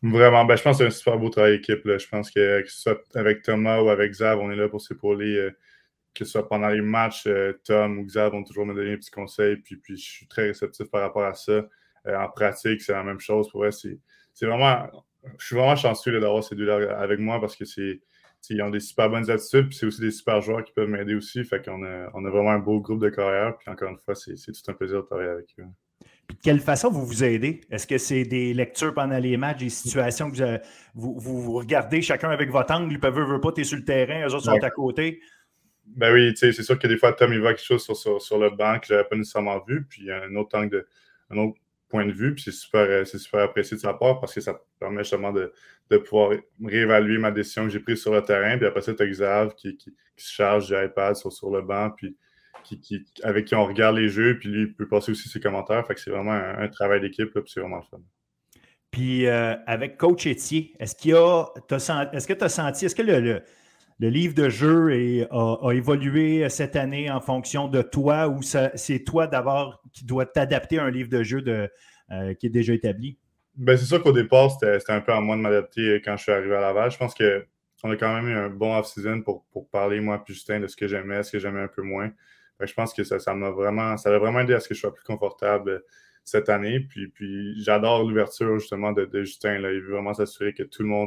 Vraiment, je pense que c'est un super beau travail d'équipe. Je pense que ce soit avec Thomas ou avec Xav, on est là pour s'épauler. Que ce soit pendant les matchs, Tom ou Xav vont toujours me donner des petits conseils. Puis je suis très réceptif par rapport à ça. En pratique, c'est la même chose. Pour vrai, c'est vraiment. Je suis vraiment chanceux d'avoir ces deux-là avec moi parce que ils ont des super bonnes attitudes. Puis c'est aussi des super joueurs qui peuvent m'aider aussi. Fait qu'on a vraiment un beau groupe de carrière. Puis encore une fois, c'est tout un plaisir de travailler avec eux. Puis de quelle façon vous aidez? Est-ce que c'est des lectures pendant les matchs, des situations que vous regardez chacun avec votre angle, ils veulent pas, tu es sur le terrain, eux autres sont à côté? Ben oui, c'est sûr que des fois, Tom, il voit quelque chose sur le banc que je n'avais pas nécessairement vu, puis il y a un autre point de vue, puis c'est super apprécié de sa part parce que ça permet justement de pouvoir réévaluer ma décision que j'ai prise sur le terrain, puis après ça, tu as Xav qui se charge du iPad sur le banc, puis avec qui on regarde les jeux, puis lui, il peut passer aussi ses commentaires. Fait que c'est vraiment un travail d'équipe, puis c'est vraiment le fun. Puis avec Coach Étier, est-ce que tu as senti, est-ce que le livre de jeu a évolué cette année en fonction de toi ou c'est toi d'abord qui dois t'adapter à un livre de jeu qui est déjà établi? Ben, c'est sûr qu'au départ, c'était un peu à moi de m'adapter quand je suis arrivé à Laval. Je pense qu'on a quand même eu un bon off-season pour parler, moi puis Justin, de ce que j'aimais un peu moins. Je pense que ça a vraiment aidé à ce que je sois plus confortable cette année. Puis j'adore l'ouverture justement de Justin. Là. Il veut vraiment s'assurer que tout le monde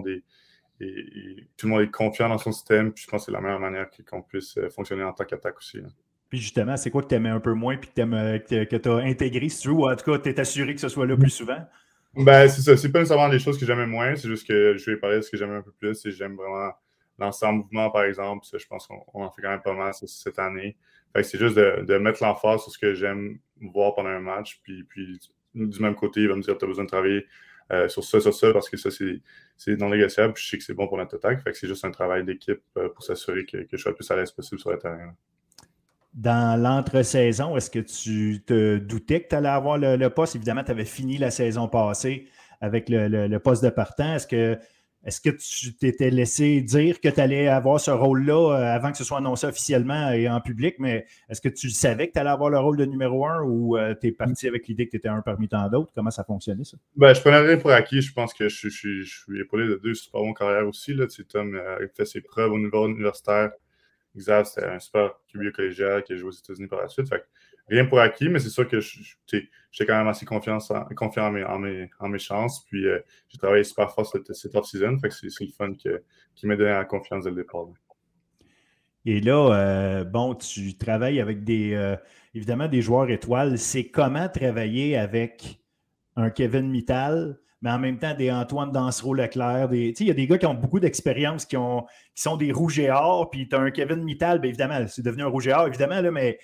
est confiant dans son système. Puis je pense que c'est la meilleure manière qu'on puisse fonctionner en tant qu'attaque aussi. Là. Puis justement, c'est quoi que tu aimais un peu moins puis que tu as intégré, si tu veux, ou en tout cas, tu es assuré que ce soit là plus souvent? Ben, c'est ça. C'est pas nécessairement des choses que j'aimais moins. C'est juste que je vais parler de ce que j'aimais un peu plus. Et j'aime vraiment l'ensemble mouvement, par exemple. Ça, je pense qu'on en fait quand même pas mal cette année. Fait que c'est juste de mettre l'emphase sur ce que j'aime voir pendant un match. Puis du même côté, il va me dire tu as besoin de travailler sur ça, parce que ça, c'est non négociable. Puis je sais que c'est bon pour notre attaque. Fait que c'est juste un travail d'équipe pour s'assurer que je sois le plus à l'aise possible sur le terrain. Là. Dans l'entre-saison, est-ce que tu te doutais que tu allais avoir le poste? Évidemment, tu avais fini la saison passée avec le poste de partant. Est-ce que tu t'étais laissé dire que tu allais avoir ce rôle-là avant que ce soit annoncé officiellement et en public, mais est-ce que tu savais que tu allais avoir le rôle de numéro 1 ou tu es parti avec l'idée que tu étais un parmi tant d'autres? Comment ça fonctionnait, ça? Ben, je prenais rien pour acquis. Je pense que je suis épaulé de deux super bonnes carrières aussi. Là. Tom a fait ses preuves au niveau universitaire. Xav, c'était un super QB collégial qui a joué aux États-Unis par la suite. Fait que rien pour acquis, mais c'est sûr que j'étais quand même assez confiant en mes chances. Puis j'ai travaillé super fort cette off-season. Fait que c'est le fun qui m'a donné la confiance dès le départ. Là. Et là, tu travailles avec évidemment des joueurs étoiles. C'est comment travailler avec un Kevin Mittal, mais en même temps des Antoine Dansereau-Leclerc. Il y a des gars qui ont beaucoup d'expérience, qui sont des rouges et or, puis tu as un Kevin Mittal, bien évidemment, c'est devenu un rouge et or, évidemment, là, mais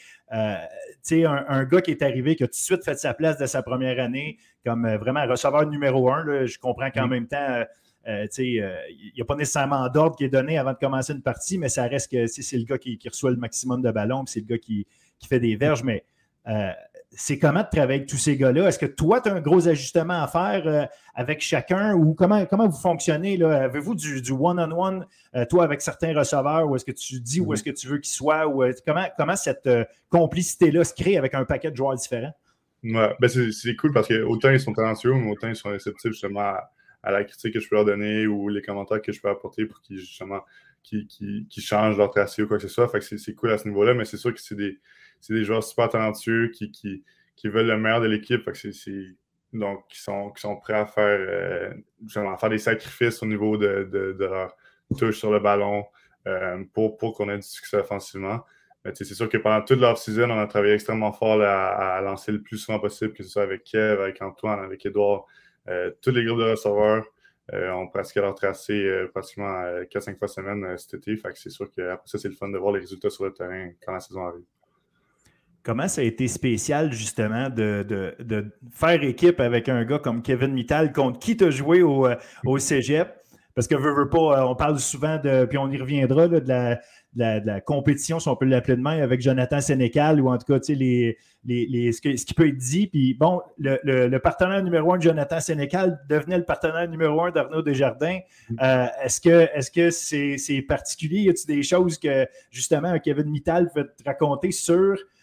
un gars qui est arrivé, qui a tout de suite fait sa place de sa première année, comme vraiment receveur numéro 1, là, je comprends qu'en même temps, il n'y a pas nécessairement d'ordre qui est donné avant de commencer une partie, mais ça reste que c'est le gars qui reçoit le maximum de ballons, puis c'est le gars qui fait des verges, mais c'est comment de travailler avec tous ces gars-là? Est-ce que toi, tu as un gros ajustement à faire avec chacun ou comment vous fonctionnez? Là? Avez-vous du one-on-one, toi, avec certains receveurs, ou est-ce que tu dis où est-ce que tu veux qu'ils soient? Ou, comment cette complicité-là se crée avec un paquet de joueurs différents? Ouais, ben c'est cool parce que autant ils sont talentueux, mais autant ils sont réceptifs justement à la critique que je peux leur donner ou les commentaires que je peux apporter pour qu'ils justement qui changent leur tracé ou quoi que ce soit. Fait que c'est cool à ce niveau-là, mais c'est sûr que c'est des joueurs super talentueux qui veulent le meilleur de l'équipe. Fait que donc, qui sont prêts à faire des sacrifices au niveau de leur touche sur le ballon pour qu'on ait du succès offensivement. C'est sûr que pendant toute l'off-season, on a travaillé extrêmement fort à lancer le plus souvent possible, que ce soit avec Kev, avec Antoine, avec Édouard. Tous les groupes de receveurs ont pratiqué leur tracé pratiquement 4-5 fois semaine cet été. Fait que c'est sûr qu'après ça, c'est le fun de voir les résultats sur le terrain quand la saison arrive. Comment ça a été spécial, justement, de faire équipe avec un gars comme Kevin Mittal, contre qui tu as joué au cégep? Parce que veux pas, on parle souvent puis on y reviendra, là, de la compétition, si on peut l'appeler de même, avec Jonathan Sénécal, ou en tout cas, tu sais, ce qui peut être dit. Puis bon, le partenaire numéro 1 de Jonathan Sénécal devenait le partenaire numéro 1 d'Arnaud Desjardins. Est-ce que c'est particulier? Y a-t-il des choses que, justement, un Kevin Mittal peut te raconter sur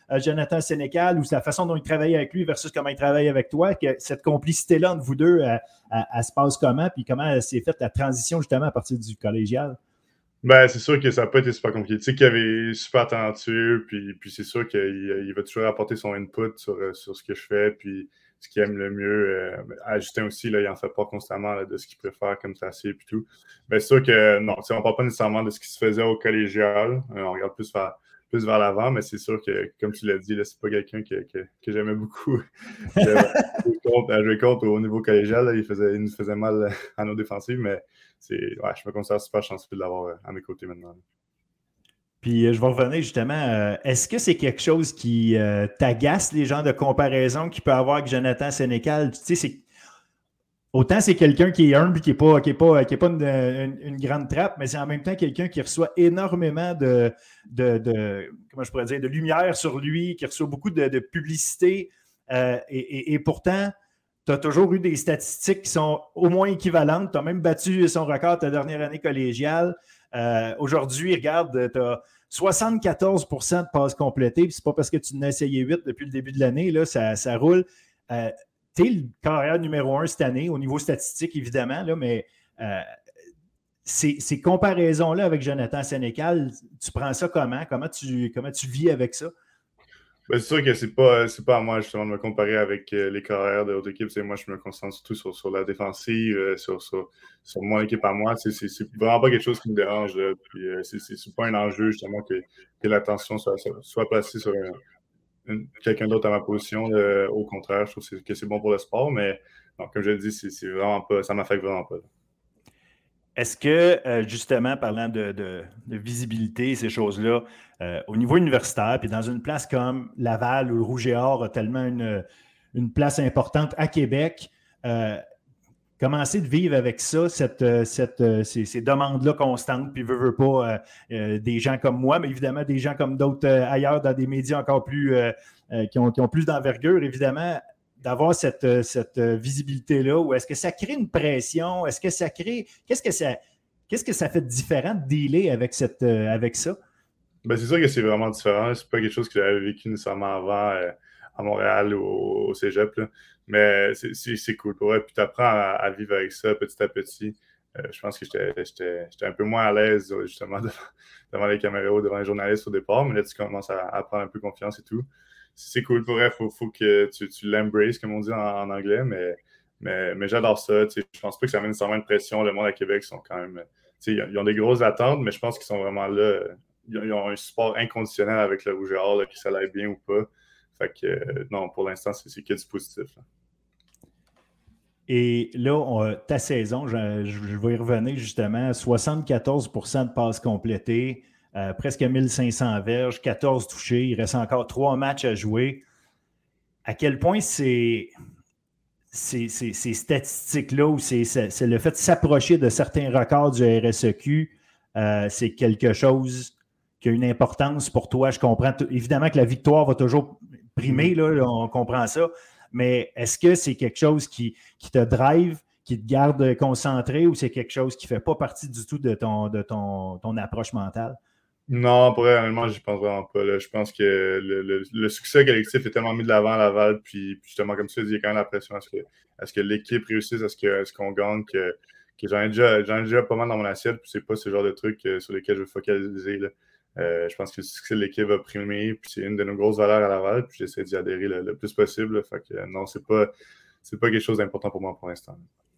Jonathan Sénécal, ou la façon dont il travaille avec lui versus comment il travaille avec toi, que cette complicité-là entre vous deux, elle se passe comment, puis comment s'est faite la transition justement à partir du collégial? Ben, c'est sûr que ça n'a pas été super compliqué. Tu sais qu'il avait super talentueux, puis c'est sûr qu'il va toujours apporter son input sur ce que je fais, puis ce qu'il aime le mieux. À Justin aussi, là, il en fait pas constamment là, de ce qu'il préfère comme tracé et tout. Ben, c'est sûr que non, on ne parle pas nécessairement de ce qui se faisait au collégial. On regarde plus vers l'avant, mais c'est sûr que, comme tu l'as dit, là, c'est pas quelqu'un que j'aimais beaucoup. À jouer contre au niveau collégial, là, il nous faisait mal à nos défensives, mais je me considère super chanceux de l'avoir à mes côtés maintenant. Puis je vais revenir justement, est-ce que c'est quelque chose qui t'agace, les genres de comparaison qu'il peut avoir avec Jonathan Sénécal? Tu sais, autant c'est quelqu'un qui est humble et qui n'est pas une grande trappe, mais c'est en même temps quelqu'un qui reçoit énormément de comment je pourrais dire, de lumière sur lui, qui reçoit beaucoup de publicité. Et pourtant, tu as toujours eu des statistiques qui sont au moins équivalentes. Tu as même battu son record ta dernière année collégiale. Aujourd'hui, regarde, tu as 74% de passes complétées, puis c'est pas parce que tu n'as essayé 8 depuis le début de l'année, là, ça roule. Tu es le carrière numéro 1 cette année, au niveau statistique, évidemment, là, mais ces comparaisons-là avec Jonathan Sénécal, tu prends ça comment? Comment tu vis avec ça? Ben, c'est sûr que c'est pas à moi justement de me comparer avec les carrières de l'autre équipe. Moi, je me concentre surtout sur la défensive, sur mon équipe à moi. C'est vraiment pas quelque chose qui me dérange. Puis, c'est pas un enjeu justement que l'attention soit placée sur quelqu'un d'autre à ma position. Au contraire, je trouve que c'est bon pour le sport, mais non, comme je l'ai dit, c'est vraiment pas, ça m'affecte vraiment pas. Est-ce que, justement, parlant de visibilité, ces choses-là, au niveau universitaire, puis dans une place comme Laval, où le Rouge et Or a tellement une place importante à Québec, commencer de vivre avec ça, ces demandes-là constantes, puis veut pas des gens comme moi, mais évidemment des gens comme d'autres ailleurs dans des médias encore plus qui ont plus d'envergure, évidemment, d'avoir cette visibilité-là, ou est-ce que ça crée une pression? Est-ce que ça crée... Qu'est-ce que ça fait de différent de dealer avec ça? Ben, c'est sûr que c'est vraiment différent. C'est pas quelque chose que j'avais vécu nécessairement avant à Montréal ou au Cégep, là. Mais c'est cool. Ouais, puis tu apprends à vivre avec ça petit à petit. Je pense que j'étais un peu moins à l'aise justement devant les caméras, devant les journalistes au départ, mais là tu commences à prendre un peu confiance et tout. C'est cool, pour vrai, faut que tu l'embraces, comme on dit en anglais, mais j'adore ça. Je pense pas que ça met nécessairement une pression. Le monde à Québec sont quand même. Ils ont des grosses attentes, mais je pense qu'ils sont vraiment là. Ils ont un support inconditionnel avec le Rouge et Or, que ça l'aille bien ou pas. Fait que non, pour l'instant, c'est que du positif. Là. Et là, ta saison, je vais y revenir justement, 74% de passes complétées, presque 1500 verges, 14 touchés, il reste encore 3 matchs à jouer. À quel point ces statistiques-là, ou c'est le fait de s'approcher de certains records du RSEQ, c'est quelque chose qui a une importance pour toi. Je comprends évidemment que la victoire va toujours primer, là, on comprend ça, mais est-ce que c'est quelque chose qui te drive, qui te garde concentré, ou c'est quelque chose qui ne fait pas partie du tout de ton approche mentale? Non, pour réellement, j'y pense vraiment pas. Là. Je pense que le succès collectif est tellement mis de l'avant à Laval, puis justement, comme tu dis, il y a quand même la pression à ce que l'équipe réussisse, à ce qu'on gagne, que j'en ai déjà pas mal dans mon assiette, puis c'est pas ce genre de trucs sur lesquels je veux focaliser. Là. Je pense que le succès de l'équipe va primer, puis c'est une de nos grosses valeurs à Laval, puis j'essaie d'y adhérer le plus possible. Là. Fait que non, c'est pas quelque chose d'important pour moi pour l'instant.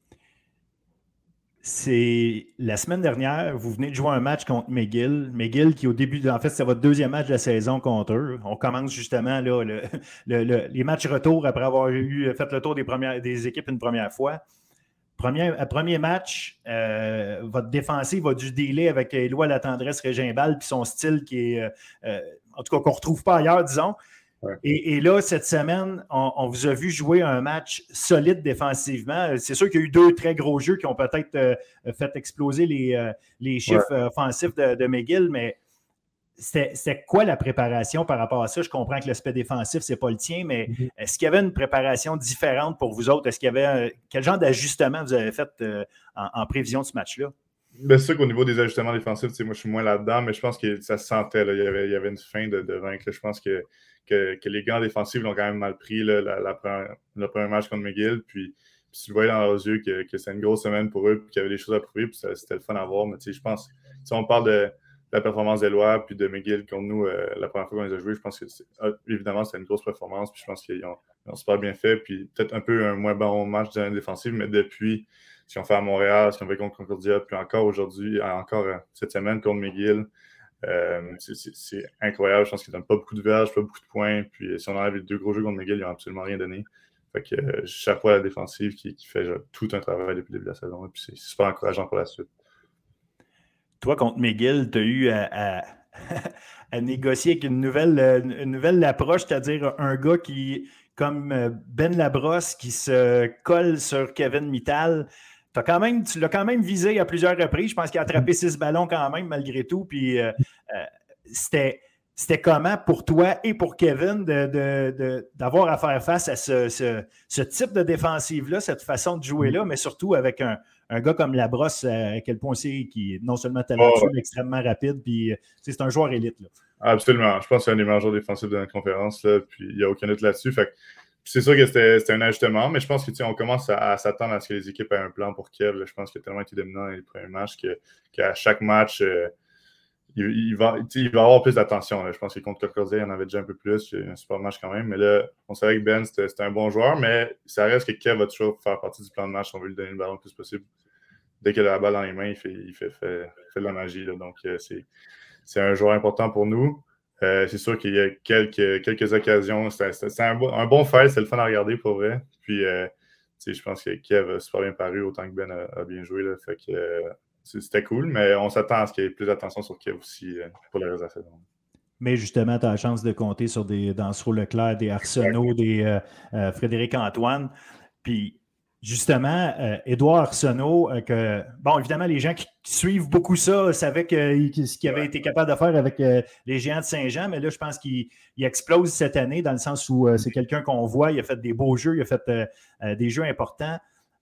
C'est la semaine dernière, vous venez de jouer un match contre McGill. McGill qui, au début, en fait, c'est votre deuxième match de la saison contre eux. On commence justement là, les matchs retour après avoir fait le tour des équipes une première fois. Premier match, votre défensive a dû dealer avec Éloi Latendresse Régimbal puis son style qui est, en tout cas, qu'on ne retrouve pas ailleurs, disons. Ouais. Et là, cette semaine, on vous a vu jouer un match solide défensivement. C'est sûr qu'il y a eu 2 très gros jeux qui ont peut-être fait exploser les chiffres offensifs de McGill, mais c'était quoi la préparation par rapport à ça? Je comprends que l'aspect défensif, ce n'est pas le tien, mais est-ce qu'il y avait une préparation différente pour vous autres? Est-ce qu'il y avait quel genre d'ajustement vous avez fait en prévision de ce match-là? Ben, c'est sûr qu'au niveau des ajustements défensifs, moi je suis moins là-dedans, mais je pense que ça se sentait. Là. Il y avait une fin de vaincre. Je pense que que les gants défensifs l'ont quand même mal pris là, le premier match contre McGill. Puis tu le voyais dans leurs yeux que c'était une grosse semaine pour eux, puis qu'il y avait des choses à prouver, puis c'était le fun à voir. Mais je pense, si on parle de la performance d'Éloy puis de McGill contre nous la première fois qu'on les a joués, je pense que évidemment c'était une grosse performance, puis je pense qu'ils ont super bien fait, puis peut-être un moins bon match de la défensive, mais depuis ce qu'ils ont fait à Montréal, ce qu'ils ont fait contre Concordia, puis encore aujourd'hui, encore cette semaine contre McGill, c'est incroyable. Je pense qu'ils ne donnent pas beaucoup de verges, pas beaucoup de points, puis si on enlève les 2 gros jeux contre McGill, ils n'ont absolument rien donné. Fait que chapeau à la défensive qui fait tout un travail depuis le début de la saison, et puis c'est super encourageant pour la suite. Toi, contre McGill, tu as eu à négocier avec une nouvelle approche, c'est-à-dire un gars qui, comme Ben Labrosse, qui se colle sur Kevin Mittal. Tu l'as quand même visé à plusieurs reprises. Je pense qu'il a attrapé 6 ballons quand même, malgré tout. Puis c'était comment pour toi et pour Kevin d'avoir à faire face à ce type de défensive-là, cette façon de jouer-là, mais surtout avec un gars comme Labrosse, à quel point c'est qui est non seulement talentueux, mais extrêmement rapide, puis c'est un joueur élite. Là. Absolument. Je pense que c'est un des meilleurs joueurs défensifs de notre conférence, là, puis il n'y a aucun doute là-dessus. Fait que, c'est sûr que c'était un ajustement, mais je pense qu'on commence à s'attendre à ce que les équipes aient un plan pour Kev. Là. Je pense qu'il a tellement été dominant dans les premiers matchs qu'à chaque match, il va avoir plus d'attention. Là. Je pense que contre Concordia, il y en avait déjà un peu plus. Il y a eu un super match quand même. Mais là, on savait que Ben, c'était un bon joueur, mais ça reste que Kev va toujours faire partie du plan de match. On veut lui donner le ballon le plus possible. Dès qu'il a la balle dans les mains, il fait de la magie. Là. Donc, c'est un joueur important pour nous. C'est sûr qu'il y a quelques occasions. C'était un bon fight, c'est le fun à regarder pour vrai. Puis, je pense que Kev a super bien paru, autant que Ben a bien joué. Là. Fait que c'était cool, mais on s'attend à ce qu'il y ait plus d'attention sur Kev aussi pour le reste de la saison. Mais justement, tu as la chance de compter sur des Dansereau Leclerc, des Arsenault, des Frédéric Antoine. Puis, justement, Édouard Arsenault, bon, évidemment, les gens qui suivent beaucoup ça savaient ce qu'il avait été capable de faire avec les Géants de Saint-Jean, mais là, je pense qu'il explose cette année dans le sens où c'est quelqu'un qu'on voit, il a fait des beaux jeux, il a fait des jeux importants.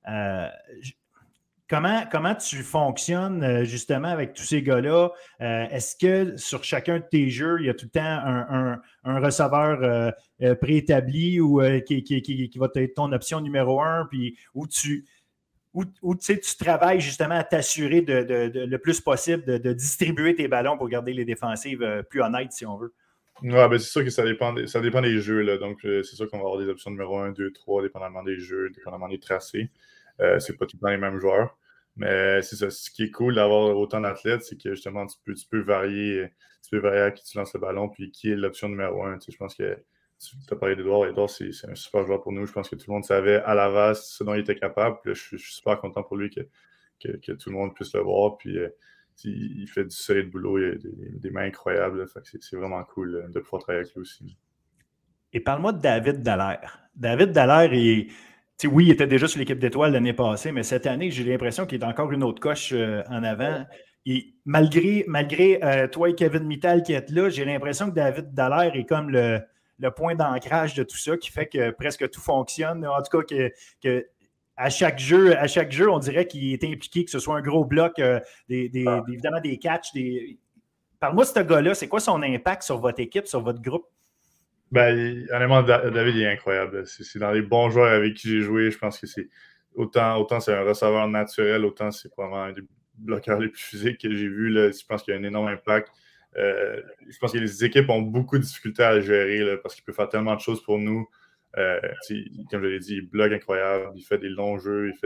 Comment tu fonctionnes justement avec tous ces gars-là? Est-ce que sur chacun de tes jeux, il y a tout le temps un receveur préétabli ou qui va être ton option numéro 1, puis où tu travailles justement à t'assurer le plus possible de distribuer tes ballons pour garder les défensives plus honnêtes, si on veut? Ouais, ben c'est sûr que ça dépend des jeux. Là. Donc, c'est sûr qu'on va avoir des options numéro 1, 2, 3, dépendamment des jeux, dépendamment des tracés. C'est pas tout le temps les mêmes joueurs. Mais c'est ça. Ce qui est cool d'avoir autant d'athlètes, c'est que justement, tu peux varier à qui tu lances le ballon, puis qui est l'option numéro 1. Je pense que tu as parlé d'Edouard. Edouard, c'est un super joueur pour nous. Je pense que tout le monde savait à l'avance ce dont il était capable. Puis là, je suis super content pour lui que tout le monde puisse le voir. Puis il fait du solide boulot. Il a des mains incroyables. Fait que c'est vraiment cool de pouvoir travailler avec lui aussi. Et parle-moi de David Dallaire. David Dallaire oui, il était déjà sur l'équipe d'étoiles l'année passée, mais cette année, j'ai l'impression qu'il est encore une autre coche en avant. Et malgré toi et Kevin Mittal qui êtes là, j'ai l'impression que David Dallaire est comme le point d'ancrage de tout ça qui fait que presque tout fonctionne. En tout cas, que à chaque jeu, on dirait qu'il est impliqué, que ce soit un gros bloc, évidemment des catchs. Parle-moi de ce gars-là. C'est quoi son impact sur votre équipe, sur votre groupe? Ben, honnêtement, David il est incroyable. C'est dans les bons joueurs avec qui j'ai joué. Je pense que c'est autant c'est un receveur naturel, autant c'est probablement un des bloqueurs les plus physiques que j'ai vu. Là. Je pense qu'il y a un énorme impact. Je pense que les équipes ont beaucoup de difficultés à le gérer là, parce qu'il peut faire tellement de choses pour nous. Comme je l'ai dit, il bloque incroyable. Il fait des longs jeux. Il fait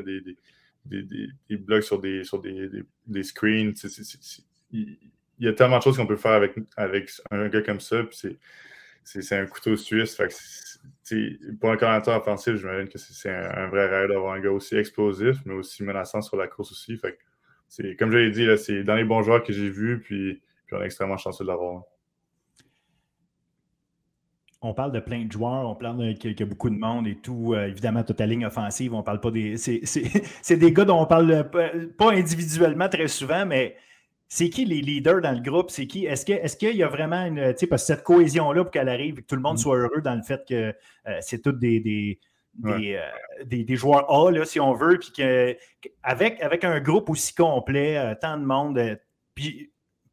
des blocs sur des screens. Il y a tellement de choses qu'on peut faire avec un gars comme ça. Puis c'est un couteau suisse. Fait que pour un coordinateur offensif, j'imagine que c'est un vrai rêve d'avoir un gars aussi explosif, mais aussi menaçant sur la course aussi. Fait que comme je l'ai dit, là, c'est dans les bons joueurs que j'ai vus, puis on est extrêmement chanceux de l'avoir. On parle de plein de joueurs, on parle qu'il y a beaucoup de monde et tout. Évidemment, toute la ligne offensive, on parle pas des. C'est des gars dont on parle pas individuellement très souvent, mais. C'est qui les leaders dans le groupe? C'est qui? Est-ce qu'il y a vraiment une. Parce que cette cohésion-là, pour qu'elle arrive et que tout le monde soit heureux dans le fait que c'est tous des joueurs A, là, si on veut, puis qu'avec un groupe aussi complet, tant de monde, puis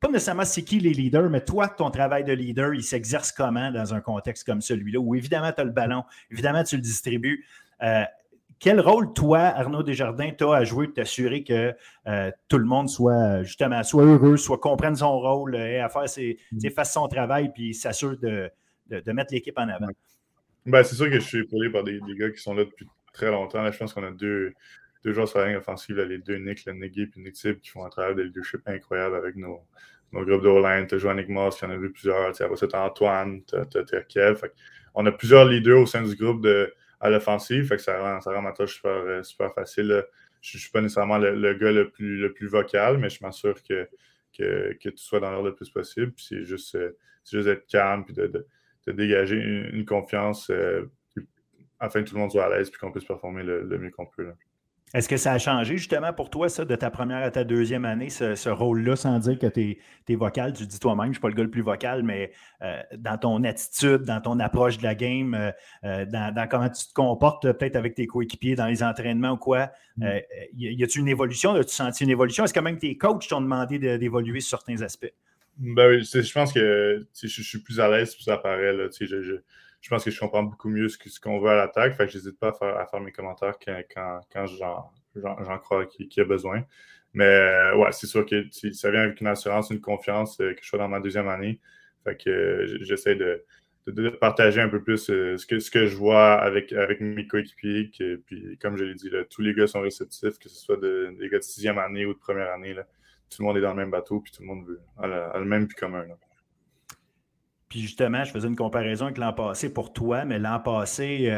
pas nécessairement c'est qui les leaders, mais toi, ton travail de leader, il s'exerce comment dans un contexte comme celui-là, où évidemment, tu as le ballon, évidemment, tu le distribues. Quel rôle, toi, Arnaud Desjardins, tu as à jouer de t'assurer que tout le monde soit heureux, soit comprenne son rôle, à faire fasse son travail, puis s'assure de mettre l'équipe en avant? Ben, c'est sûr que je suis épaulé par des gars qui sont là depuis très longtemps. Là, je pense qu'on a deux joueurs sur la ligne offensive, là, les deux Nick, le Negui et Nick Tib, qui font un travail de leadership incroyable avec nos groupes de O-line. Tu as Joannick Moss, qui en a vu plusieurs. Après ça, tu as Antoine, tu as Kev. On a plusieurs leaders au sein du groupe à l'offensive. Fait que ça rend ma tâche super facile. Là. Je ne suis pas nécessairement le gars le plus vocal, mais je m'assure que tu sois dans l'ordre le plus possible. Puis c'est juste d'être calme et de dégager une confiance afin que tout le monde soit à l'aise et qu'on puisse performer le mieux qu'on peut. Là. Est-ce que ça a changé justement pour toi, ça, de ta première à ta deuxième année, ce rôle-là, sans dire que tu es vocal? Tu dis toi-même, je ne suis pas le gars le plus vocal, mais dans ton attitude, dans ton approche de la game, dans comment tu te comportes peut-être avec tes coéquipiers dans les entraînements ou quoi, y a-t-il une évolution? As-tu senti une évolution? Est-ce que même tes coachs t'ont demandé d'évoluer sur certains aspects? Ben oui, je pense que je suis plus à l'aise, plus ça paraît. Là, je pense que je comprends beaucoup mieux ce qu'on veut à l'attaque. Fait que je n'hésite pas à faire mes commentaires quand j'en crois qu'il y a besoin. Mais ouais, c'est sûr que ça vient avec une assurance, une confiance que je sois dans ma deuxième année. Fait que j'essaie de partager un peu plus ce que je vois avec mes coéquipiers. Puis comme je l'ai dit, là, tous les gars sont réceptifs, que ce soit des gars de sixième année ou de première année. Là. Tout le monde est dans le même bateau, puis tout le monde a le même but commun. Là. Puis justement, je faisais une comparaison avec l'an passé pour toi, mais l'an passé,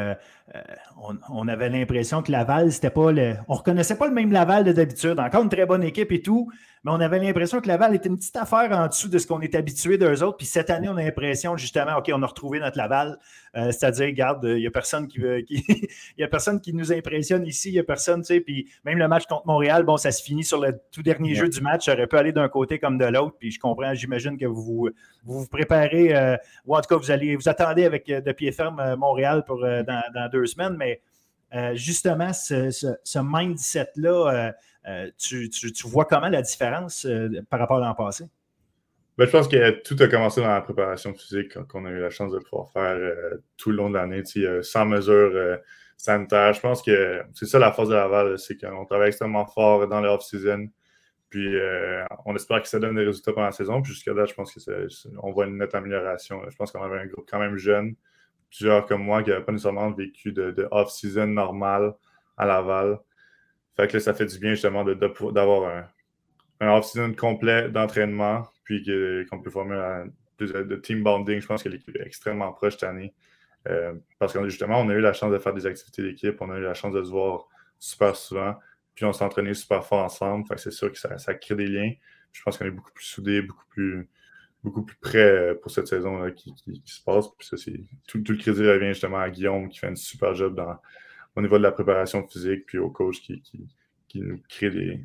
on avait l'impression que Laval, c'était pas on reconnaissait pas le même Laval de d'habitude. Encore une très bonne équipe et tout, mais on avait l'impression que Laval était une petite affaire en dessous de ce qu'on est habitué d'eux autres. Puis cette année, on a l'impression justement, OK, on a retrouvé notre Laval. C'est-à-dire, regarde, il n'y a personne il y a personne qui nous impressionne ici, il n'y a personne, tu sais. Puis même le match contre Montréal, bon, ça se finit sur le tout dernier jeu du match. Ça aurait pu aller d'un côté comme de l'autre. Puis je comprends, j'imagine que vous préparez, ou en tout cas, vous attendez avec de pied ferme Montréal pour dans 2 semaines, mais justement, ce mindset-là, tu vois comment la différence par rapport à l'an passé? Ben, je pense que tout a commencé dans la préparation physique qu'on a eu la chance de pouvoir faire tout le long de l'année, sans mesure sanitaire. Je pense que c'est ça la force de Laval, c'est qu'on travaille extrêmement fort dans le off-season. Puis on espère que ça donne des résultats pendant la saison. Puis jusqu'à là, je pense qu'on voit une nette amélioration. Je pense qu'on avait un groupe quand même jeune, plusieurs comme moi, qui n'avaient pas nécessairement vécu de off-season normal à Laval. Fait que là, ça fait du bien justement d'avoir un off-season complet d'entraînement, puis qu'on peut former plus de team bonding. Je pense que l'équipe est extrêmement proche cette année. Parce que justement, on a eu la chance de faire des activités d'équipe, on a eu la chance de se voir super souvent. Puis on s'est entraîné super fort ensemble. Fait que c'est sûr que ça crée des liens. Puis je pense qu'on est beaucoup plus soudés, beaucoup plus prêts pour cette saison qui se passe. Puis ça, tout le crédit revient justement à Guillaume qui fait un super job au niveau de la préparation physique, puis au coach qui nous crée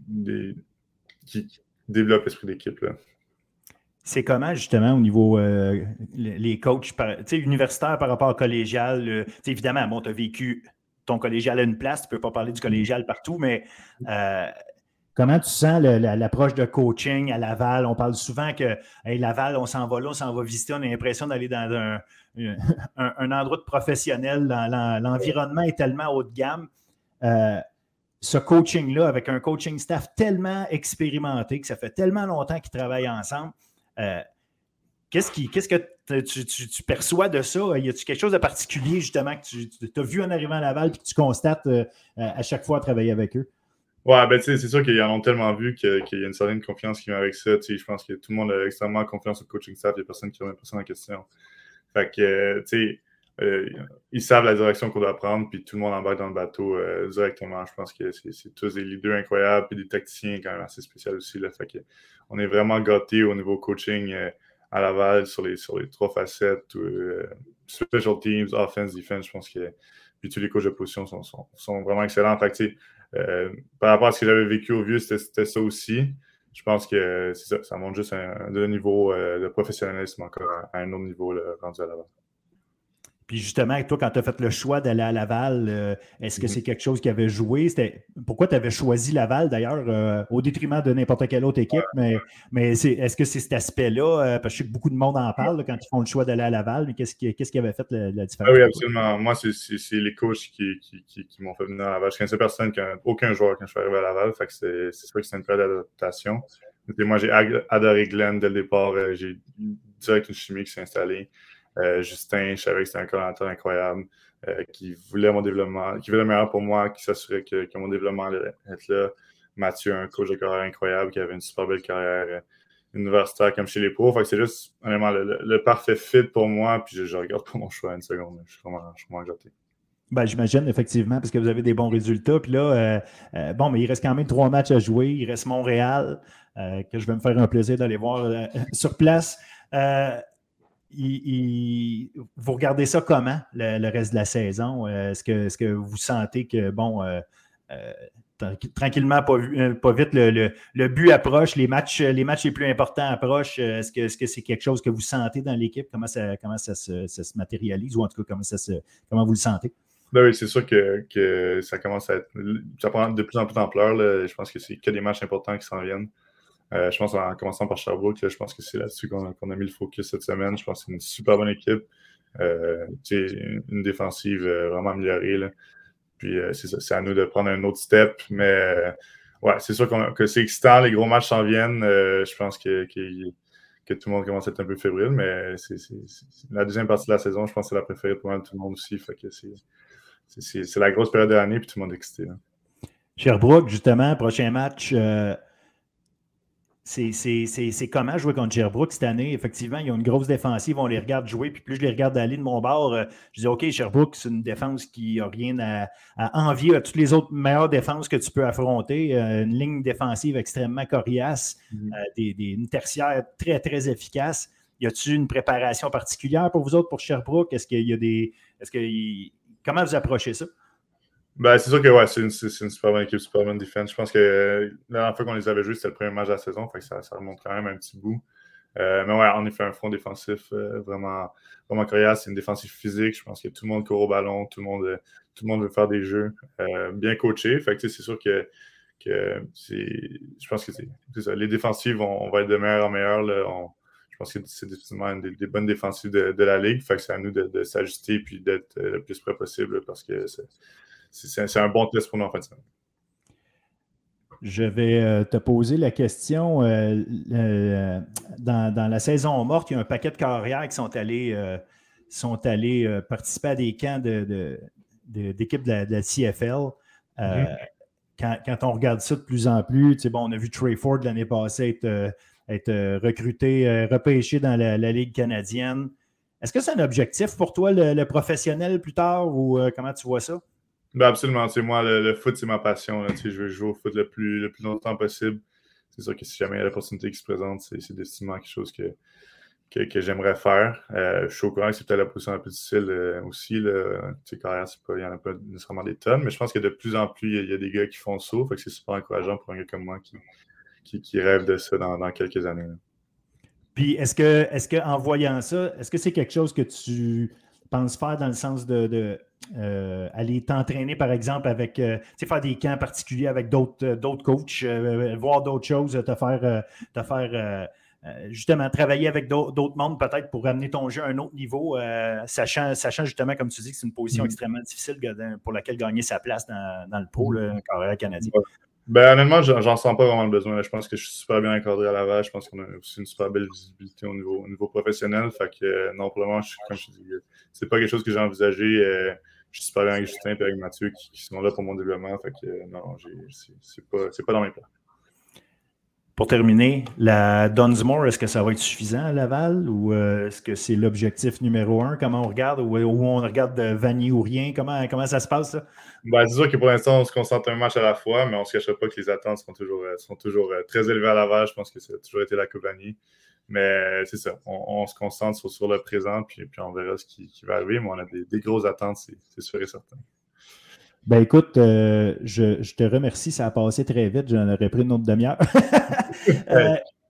qui développe l'esprit d'équipe. Là. C'est comment, justement, au niveau les coachs universitaires par rapport au collégial? Évidemment, bon, tu as vécu ton collégial à une place, tu ne peux pas parler du collégial partout, mais comment tu sens l'approche de coaching à Laval? On parle souvent que Laval, on s'en va là, on s'en va visiter, on a l'impression d'aller dans un endroit de professionnel, l'environnement est tellement haut de gamme. Ce coaching-là, avec un coaching staff tellement expérimenté, que ça fait tellement longtemps qu'ils travaillent ensemble, qu'est-ce que tu perçois de ça? Y a-t-il quelque chose de particulier, justement, que tu as vu en arrivant à Laval et que tu constates à chaque fois à travailler avec eux? Ouais, ben c'est sûr qu'ils en ont tellement vu qu'il y a une certaine confiance qui vient avec ça. Je pense que tout le monde a extrêmement confiance au coaching staff. Il n'y a personne qui remet personne en question. Fait que, ils savent la direction qu'on doit prendre, puis tout le monde embarque dans le bateau directement. Je pense que c'est tous des leaders incroyables, puis des tacticiens quand même assez spéciaux aussi. Là. Fait que, on est vraiment gâtés au niveau coaching à Laval sur les 3 facettes, special teams, offense, defense. Je pense que puis tous les coachs de position sont vraiment excellents. Fait que, par rapport à ce que j'avais vécu au Vieux, c'était ça aussi. Je pense que c'est ça monte juste un niveau de professionnalisme encore à un autre niveau là, rendu à Laval. Puis justement, toi, quand tu as fait le choix d'aller à Laval, est-ce que c'est quelque chose qui avait joué? Pourquoi tu avais choisi Laval, d'ailleurs, au détriment de n'importe quelle autre équipe? Mais est-ce que c'est cet aspect-là? Parce que je sais que beaucoup de monde en parle quand ils font le choix d'aller à Laval, mais qu'est-ce qui avait fait la différence? Oui, absolument. Moi, c'est les coachs qui m'ont fait venir à Laval. Je connaissais personne, aucun joueur quand je suis arrivé à Laval. Fait que c'est sûr que c'est une période d'adaptation. Moi, j'ai adoré Glenn dès le départ. J'ai direct une chimie qui s'est installée. Justin, je savais que c'était un coordinateur incroyable qui voulait mon développement, qui voulait le meilleur pour moi, qui s'assurait que mon développement allait être là. Mathieu, un coach de carrière incroyable qui avait une super belle carrière universitaire comme chez les pros. Fait que c'est juste vraiment le parfait fit pour moi. Puis je regarde pas mon choix une seconde. Je suis vraiment gâté. Ben, j'imagine, effectivement, parce que vous avez des bons résultats. Puis là, mais il reste quand même 3 matchs à jouer. Il reste Montréal, que je vais me faire un plaisir d'aller voir sur place. Vous regardez ça comment, le reste de la saison? Est-ce que vous sentez que, tranquillement, pas vite, le but approche, les matchs les plus importants approchent? Est-ce que c'est quelque chose que vous sentez dans l'équipe? Comment ça se matérialise? Ou en tout cas, comment vous le sentez? Ben oui, c'est sûr que ça commence à être... Ça prend de plus en plus d'ampleur. Je pense que c'est que des matchs importants qui s'en viennent. Je pense en commençant par Sherbrooke, je pense que c'est là-dessus qu'on a mis le focus cette semaine. Je pense que c'est une super bonne équipe. Une défensive vraiment améliorée. Là. Puis c'est à nous de prendre un autre step. Mais c'est sûr que c'est excitant. Les gros matchs s'en viennent. Je pense que tout le monde commence à être un peu fébrile. Mais c'est la deuxième partie de la saison, je pense que c'est la préférée pour tout le monde aussi. Fait que c'est la grosse période de l'année, puis tout le monde est excité. Là. Sherbrooke, justement, prochain match, c'est comment jouer contre Sherbrooke cette année? Effectivement, ils ont une grosse défensive, on les regarde jouer, puis plus je les regarde aller de mon bord, je dis OK, Sherbrooke, c'est une défense qui n'a rien à envier à toutes les autres meilleures défenses que tu peux affronter. Une ligne défensive extrêmement coriace, une tertiaire très, très efficace. Y a-t-il une préparation particulière pour vous autres, pour Sherbrooke? Comment vous approchez ça? Ben, c'est sûr que c'est une super bonne équipe, super bonne défense. Je pense que la dernière fois qu'on les avait joués, c'était le premier match de la saison, fait que ça remonte quand même un petit bout. Mais on a fait un front défensif vraiment, vraiment coriace. C'est une défensive physique. Je pense que tout le monde court au ballon, tout le monde veut faire des jeux bien coachés. Fait que c'est sûr que je pense que c'est ça. Les défensives, on va être de meilleur en meilleur. Là. Je pense que c'est définitivement une des bonnes défensives de la Ligue. Fait que c'est à nous de s'ajuster et d'être le plus près possible parce que c'est un bon test pour nous en fin de semaine. Je vais te poser la question. Dans la saison morte, il y a un paquet de carrières qui sont allés participer à des camps d'équipes de la CFL. Quand on regarde ça de plus en plus, on a vu Trey Ford l'année passée être recruté, repêché dans la Ligue canadienne. Est-ce que c'est un objectif pour toi, le professionnel plus tard, ou comment tu vois ça? Ben absolument. Moi, le foot, c'est ma passion. Là. Je veux jouer au foot le plus longtemps possible. C'est sûr que si jamais il y a l'opportunité qui se présente, c'est définitivement quelque chose que j'aimerais faire. Je suis au courant que c'est peut-être la position la plus difficile aussi. Carrière, il n'y en a pas nécessairement des tonnes, mais je pense que de plus en plus, il y a des gars qui font ça. Fait que c'est super encourageant pour un gars comme moi qui rêve de ça dans quelques années. Là. Puis est-ce que en voyant ça, est-ce que c'est quelque chose que tu penses faire dans le sens de aller t'entraîner, par exemple, avec faire des camps particuliers avec d'autres coachs, voir d'autres choses, te faire justement travailler avec d'autres mondes peut-être pour amener ton jeu à un autre niveau, sachant justement, comme tu dis, que c'est une position extrêmement difficile pour laquelle gagner sa place dans le pro, le carrière canadien. Ben, honnêtement, j'en sens pas vraiment le besoin. Là. Je pense que je suis super bien encadré à Laval. Je pense qu'on a aussi une super belle visibilité au niveau professionnel. Fait que non, pour le moment, comme je te dis, c'est pas quelque chose que j'ai envisagé. Je suis super bien avec Justin et avec Mathieu qui sont là pour mon développement. Fait que non, c'est pas dans mes plans. Pour terminer, la Dunsmore, est-ce que ça va être suffisant à Laval ou est-ce que c'est l'objectif numéro 1? Comment on regarde? Ou on regarde Vanier ou rien? Comment ça se passe, ça? Ben, c'est sûr que pour l'instant, on se concentre un match à la fois, mais on ne se cachera pas que les attentes sont toujours très élevées à Laval. Je pense que ça a toujours été la Coupe Vanier. Mais c'est ça, on se concentre sur le présent, puis on verra ce qui va arriver. Mais on a des grosses attentes, c'est sûr et certain. Ben écoute, je te remercie, ça a passé très vite, j'en aurais pris une autre demi-heure.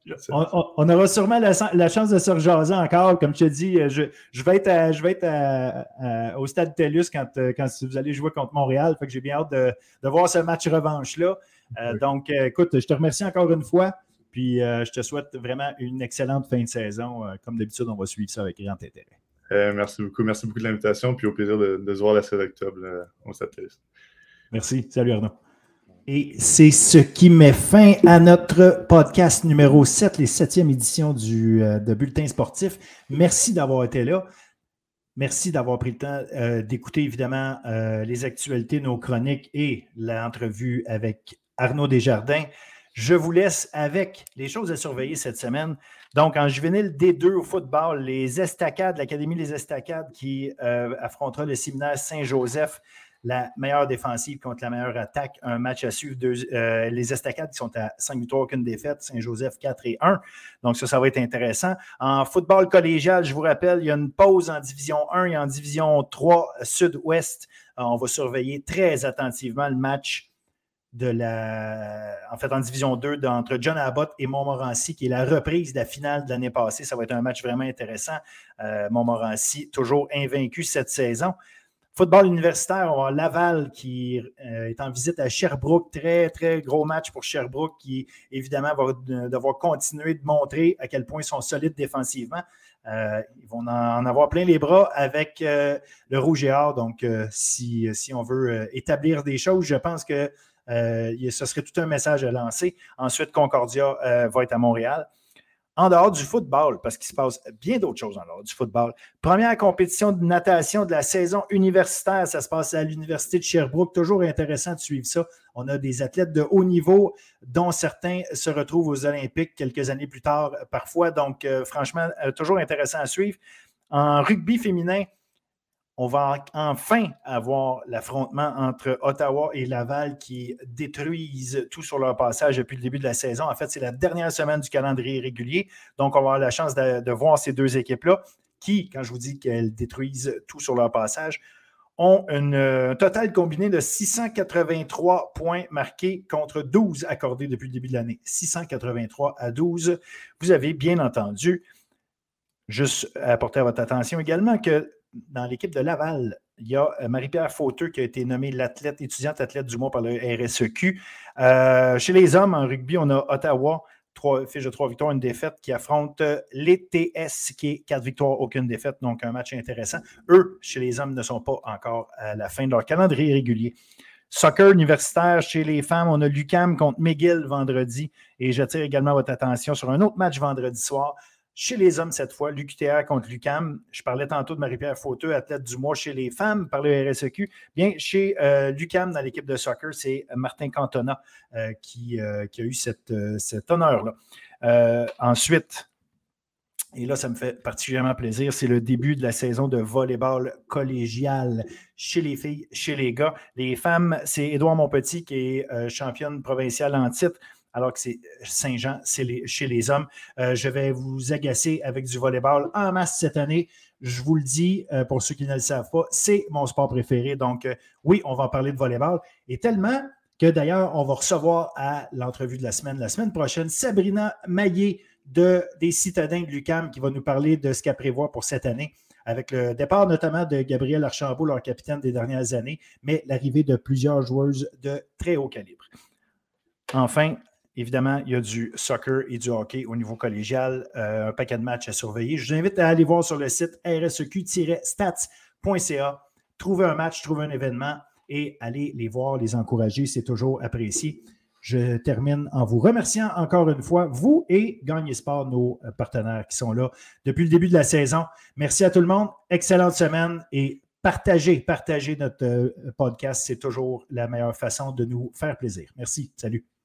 On aura sûrement la chance de se rejaser encore. Comme je te dis, je vais être au Stade TELUS quand vous allez jouer contre Montréal. Fait que j'ai bien hâte de voir ce match revanche-là. Donc, écoute, je te remercie encore une fois. Puis, je te souhaite vraiment une excellente fin de saison. Comme d'habitude, on va suivre ça avec grand intérêt. Merci beaucoup. Merci beaucoup de l'invitation. Puis au plaisir de se voir le 7 octobre au Stade TELUS. Merci. Salut Arnaud. Et c'est ce qui met fin à notre podcast numéro 7, les 7e éditions de Bulletin sportif. Merci d'avoir été là. Merci d'avoir pris le temps d'écouter évidemment les actualités, nos chroniques et l'entrevue avec Arnaud Desjardins. Je vous laisse avec les choses à surveiller cette semaine. Donc, en juvénile D2 au football, les Estacades, l'Académie des Estacades qui affrontera le séminaire Saint-Joseph, la meilleure défensive contre la meilleure attaque. Un match à suivre. Les Estacades qui sont à 5 victoires, aucune défaite. Saint-Joseph 4-1. Donc, ça va être intéressant. En football collégial, je vous rappelle, il y a une pause en Division 1 et en Division 3 Sud-Ouest. On va surveiller très attentivement le match en Division 2 entre John Abbott et Montmorency, qui est la reprise de la finale de l'année passée. Ça va être un match vraiment intéressant. Montmorency, toujours invaincu cette saison. Football universitaire, on va Laval qui est en visite à Sherbrooke. Très, très gros match pour Sherbrooke qui, évidemment, va devoir continuer de montrer à quel point ils sont solides défensivement. Ils vont en avoir plein les bras avec le Rouge et Or. Donc, si on veut établir des choses, je pense que ce serait tout un message à lancer. Ensuite, Concordia va être à Montréal. En dehors du football, parce qu'il se passe bien d'autres choses en dehors du football. Première compétition de natation de la saison universitaire, ça se passe à l'Université de Sherbrooke. Toujours intéressant de suivre ça. On a des athlètes de haut niveau, dont certains se retrouvent aux Olympiques quelques années plus tard parfois. Donc, franchement, toujours intéressant à suivre. En rugby féminin, on va enfin avoir l'affrontement entre Ottawa et Laval qui détruisent tout sur leur passage depuis le début de la saison. En fait, c'est la dernière semaine du calendrier régulier. Donc, on va avoir la chance de voir ces deux équipes-là qui, quand je vous dis qu'elles détruisent tout sur leur passage, ont un total combiné de 683 points marqués contre 12 accordés depuis le début de l'année. 683 à 12. Vous avez bien entendu, juste apporter à votre attention également que dans l'équipe de Laval, il y a Marie-Pierre Fauteux qui a été nommée étudiante athlète du mois par le RSEQ. Chez les hommes, en rugby, on a Ottawa, 3 fiches de 3 victoires, une défaite, qui affronte l'ETS, qui est 4 victoires, aucune défaite, donc un match intéressant. Eux, chez les hommes, ne sont pas encore à la fin de leur calendrier régulier. Soccer universitaire, chez les femmes, on a l'UQAM contre McGill vendredi, et j'attire également votre attention sur un autre match vendredi soir. Chez les hommes, cette fois, l'UQTR contre l'UQAM. Je parlais tantôt de Marie-Pierre Fauteux, athlète du mois chez les femmes par le RSEQ. Bien, chez l'UQAM, dans l'équipe de soccer, c'est Martin Cantona qui a eu cet honneur-là. Ensuite, et là, ça me fait particulièrement plaisir, c'est le début de la saison de volleyball collégial chez les filles, chez les gars. Les femmes, c'est Édouard Montpetit qui est championne provinciale en titre, alors que c'est Saint-Jean, chez les hommes. Je vais vous agacer avec du volleyball en masse cette année. Je vous le dis, pour ceux qui ne le savent pas, c'est mon sport préféré. Donc, oui, on va en parler de volleyball. Et tellement que d'ailleurs, on va recevoir à l'entrevue de la semaine prochaine, Sabrina Maillé des Citadins de l'UQAM qui va nous parler de ce qu'elle prévoit pour cette année, avec le départ notamment de Gabrielle Archambault, leur capitaine des dernières années, mais l'arrivée de plusieurs joueuses de très haut calibre. Enfin, évidemment, il y a du soccer et du hockey au niveau collégial, un paquet de matchs à surveiller. Je vous invite à aller voir sur le site rseq-stats.ca, trouver un match, trouver un événement et aller les voir, les encourager. C'est toujours apprécié. Je termine en vous remerciant encore une fois, vous et Gagné Sport, nos partenaires qui sont là depuis le début de la saison. Merci à tout le monde. Excellente semaine et partagez notre podcast. C'est toujours la meilleure façon de nous faire plaisir. Merci. Salut.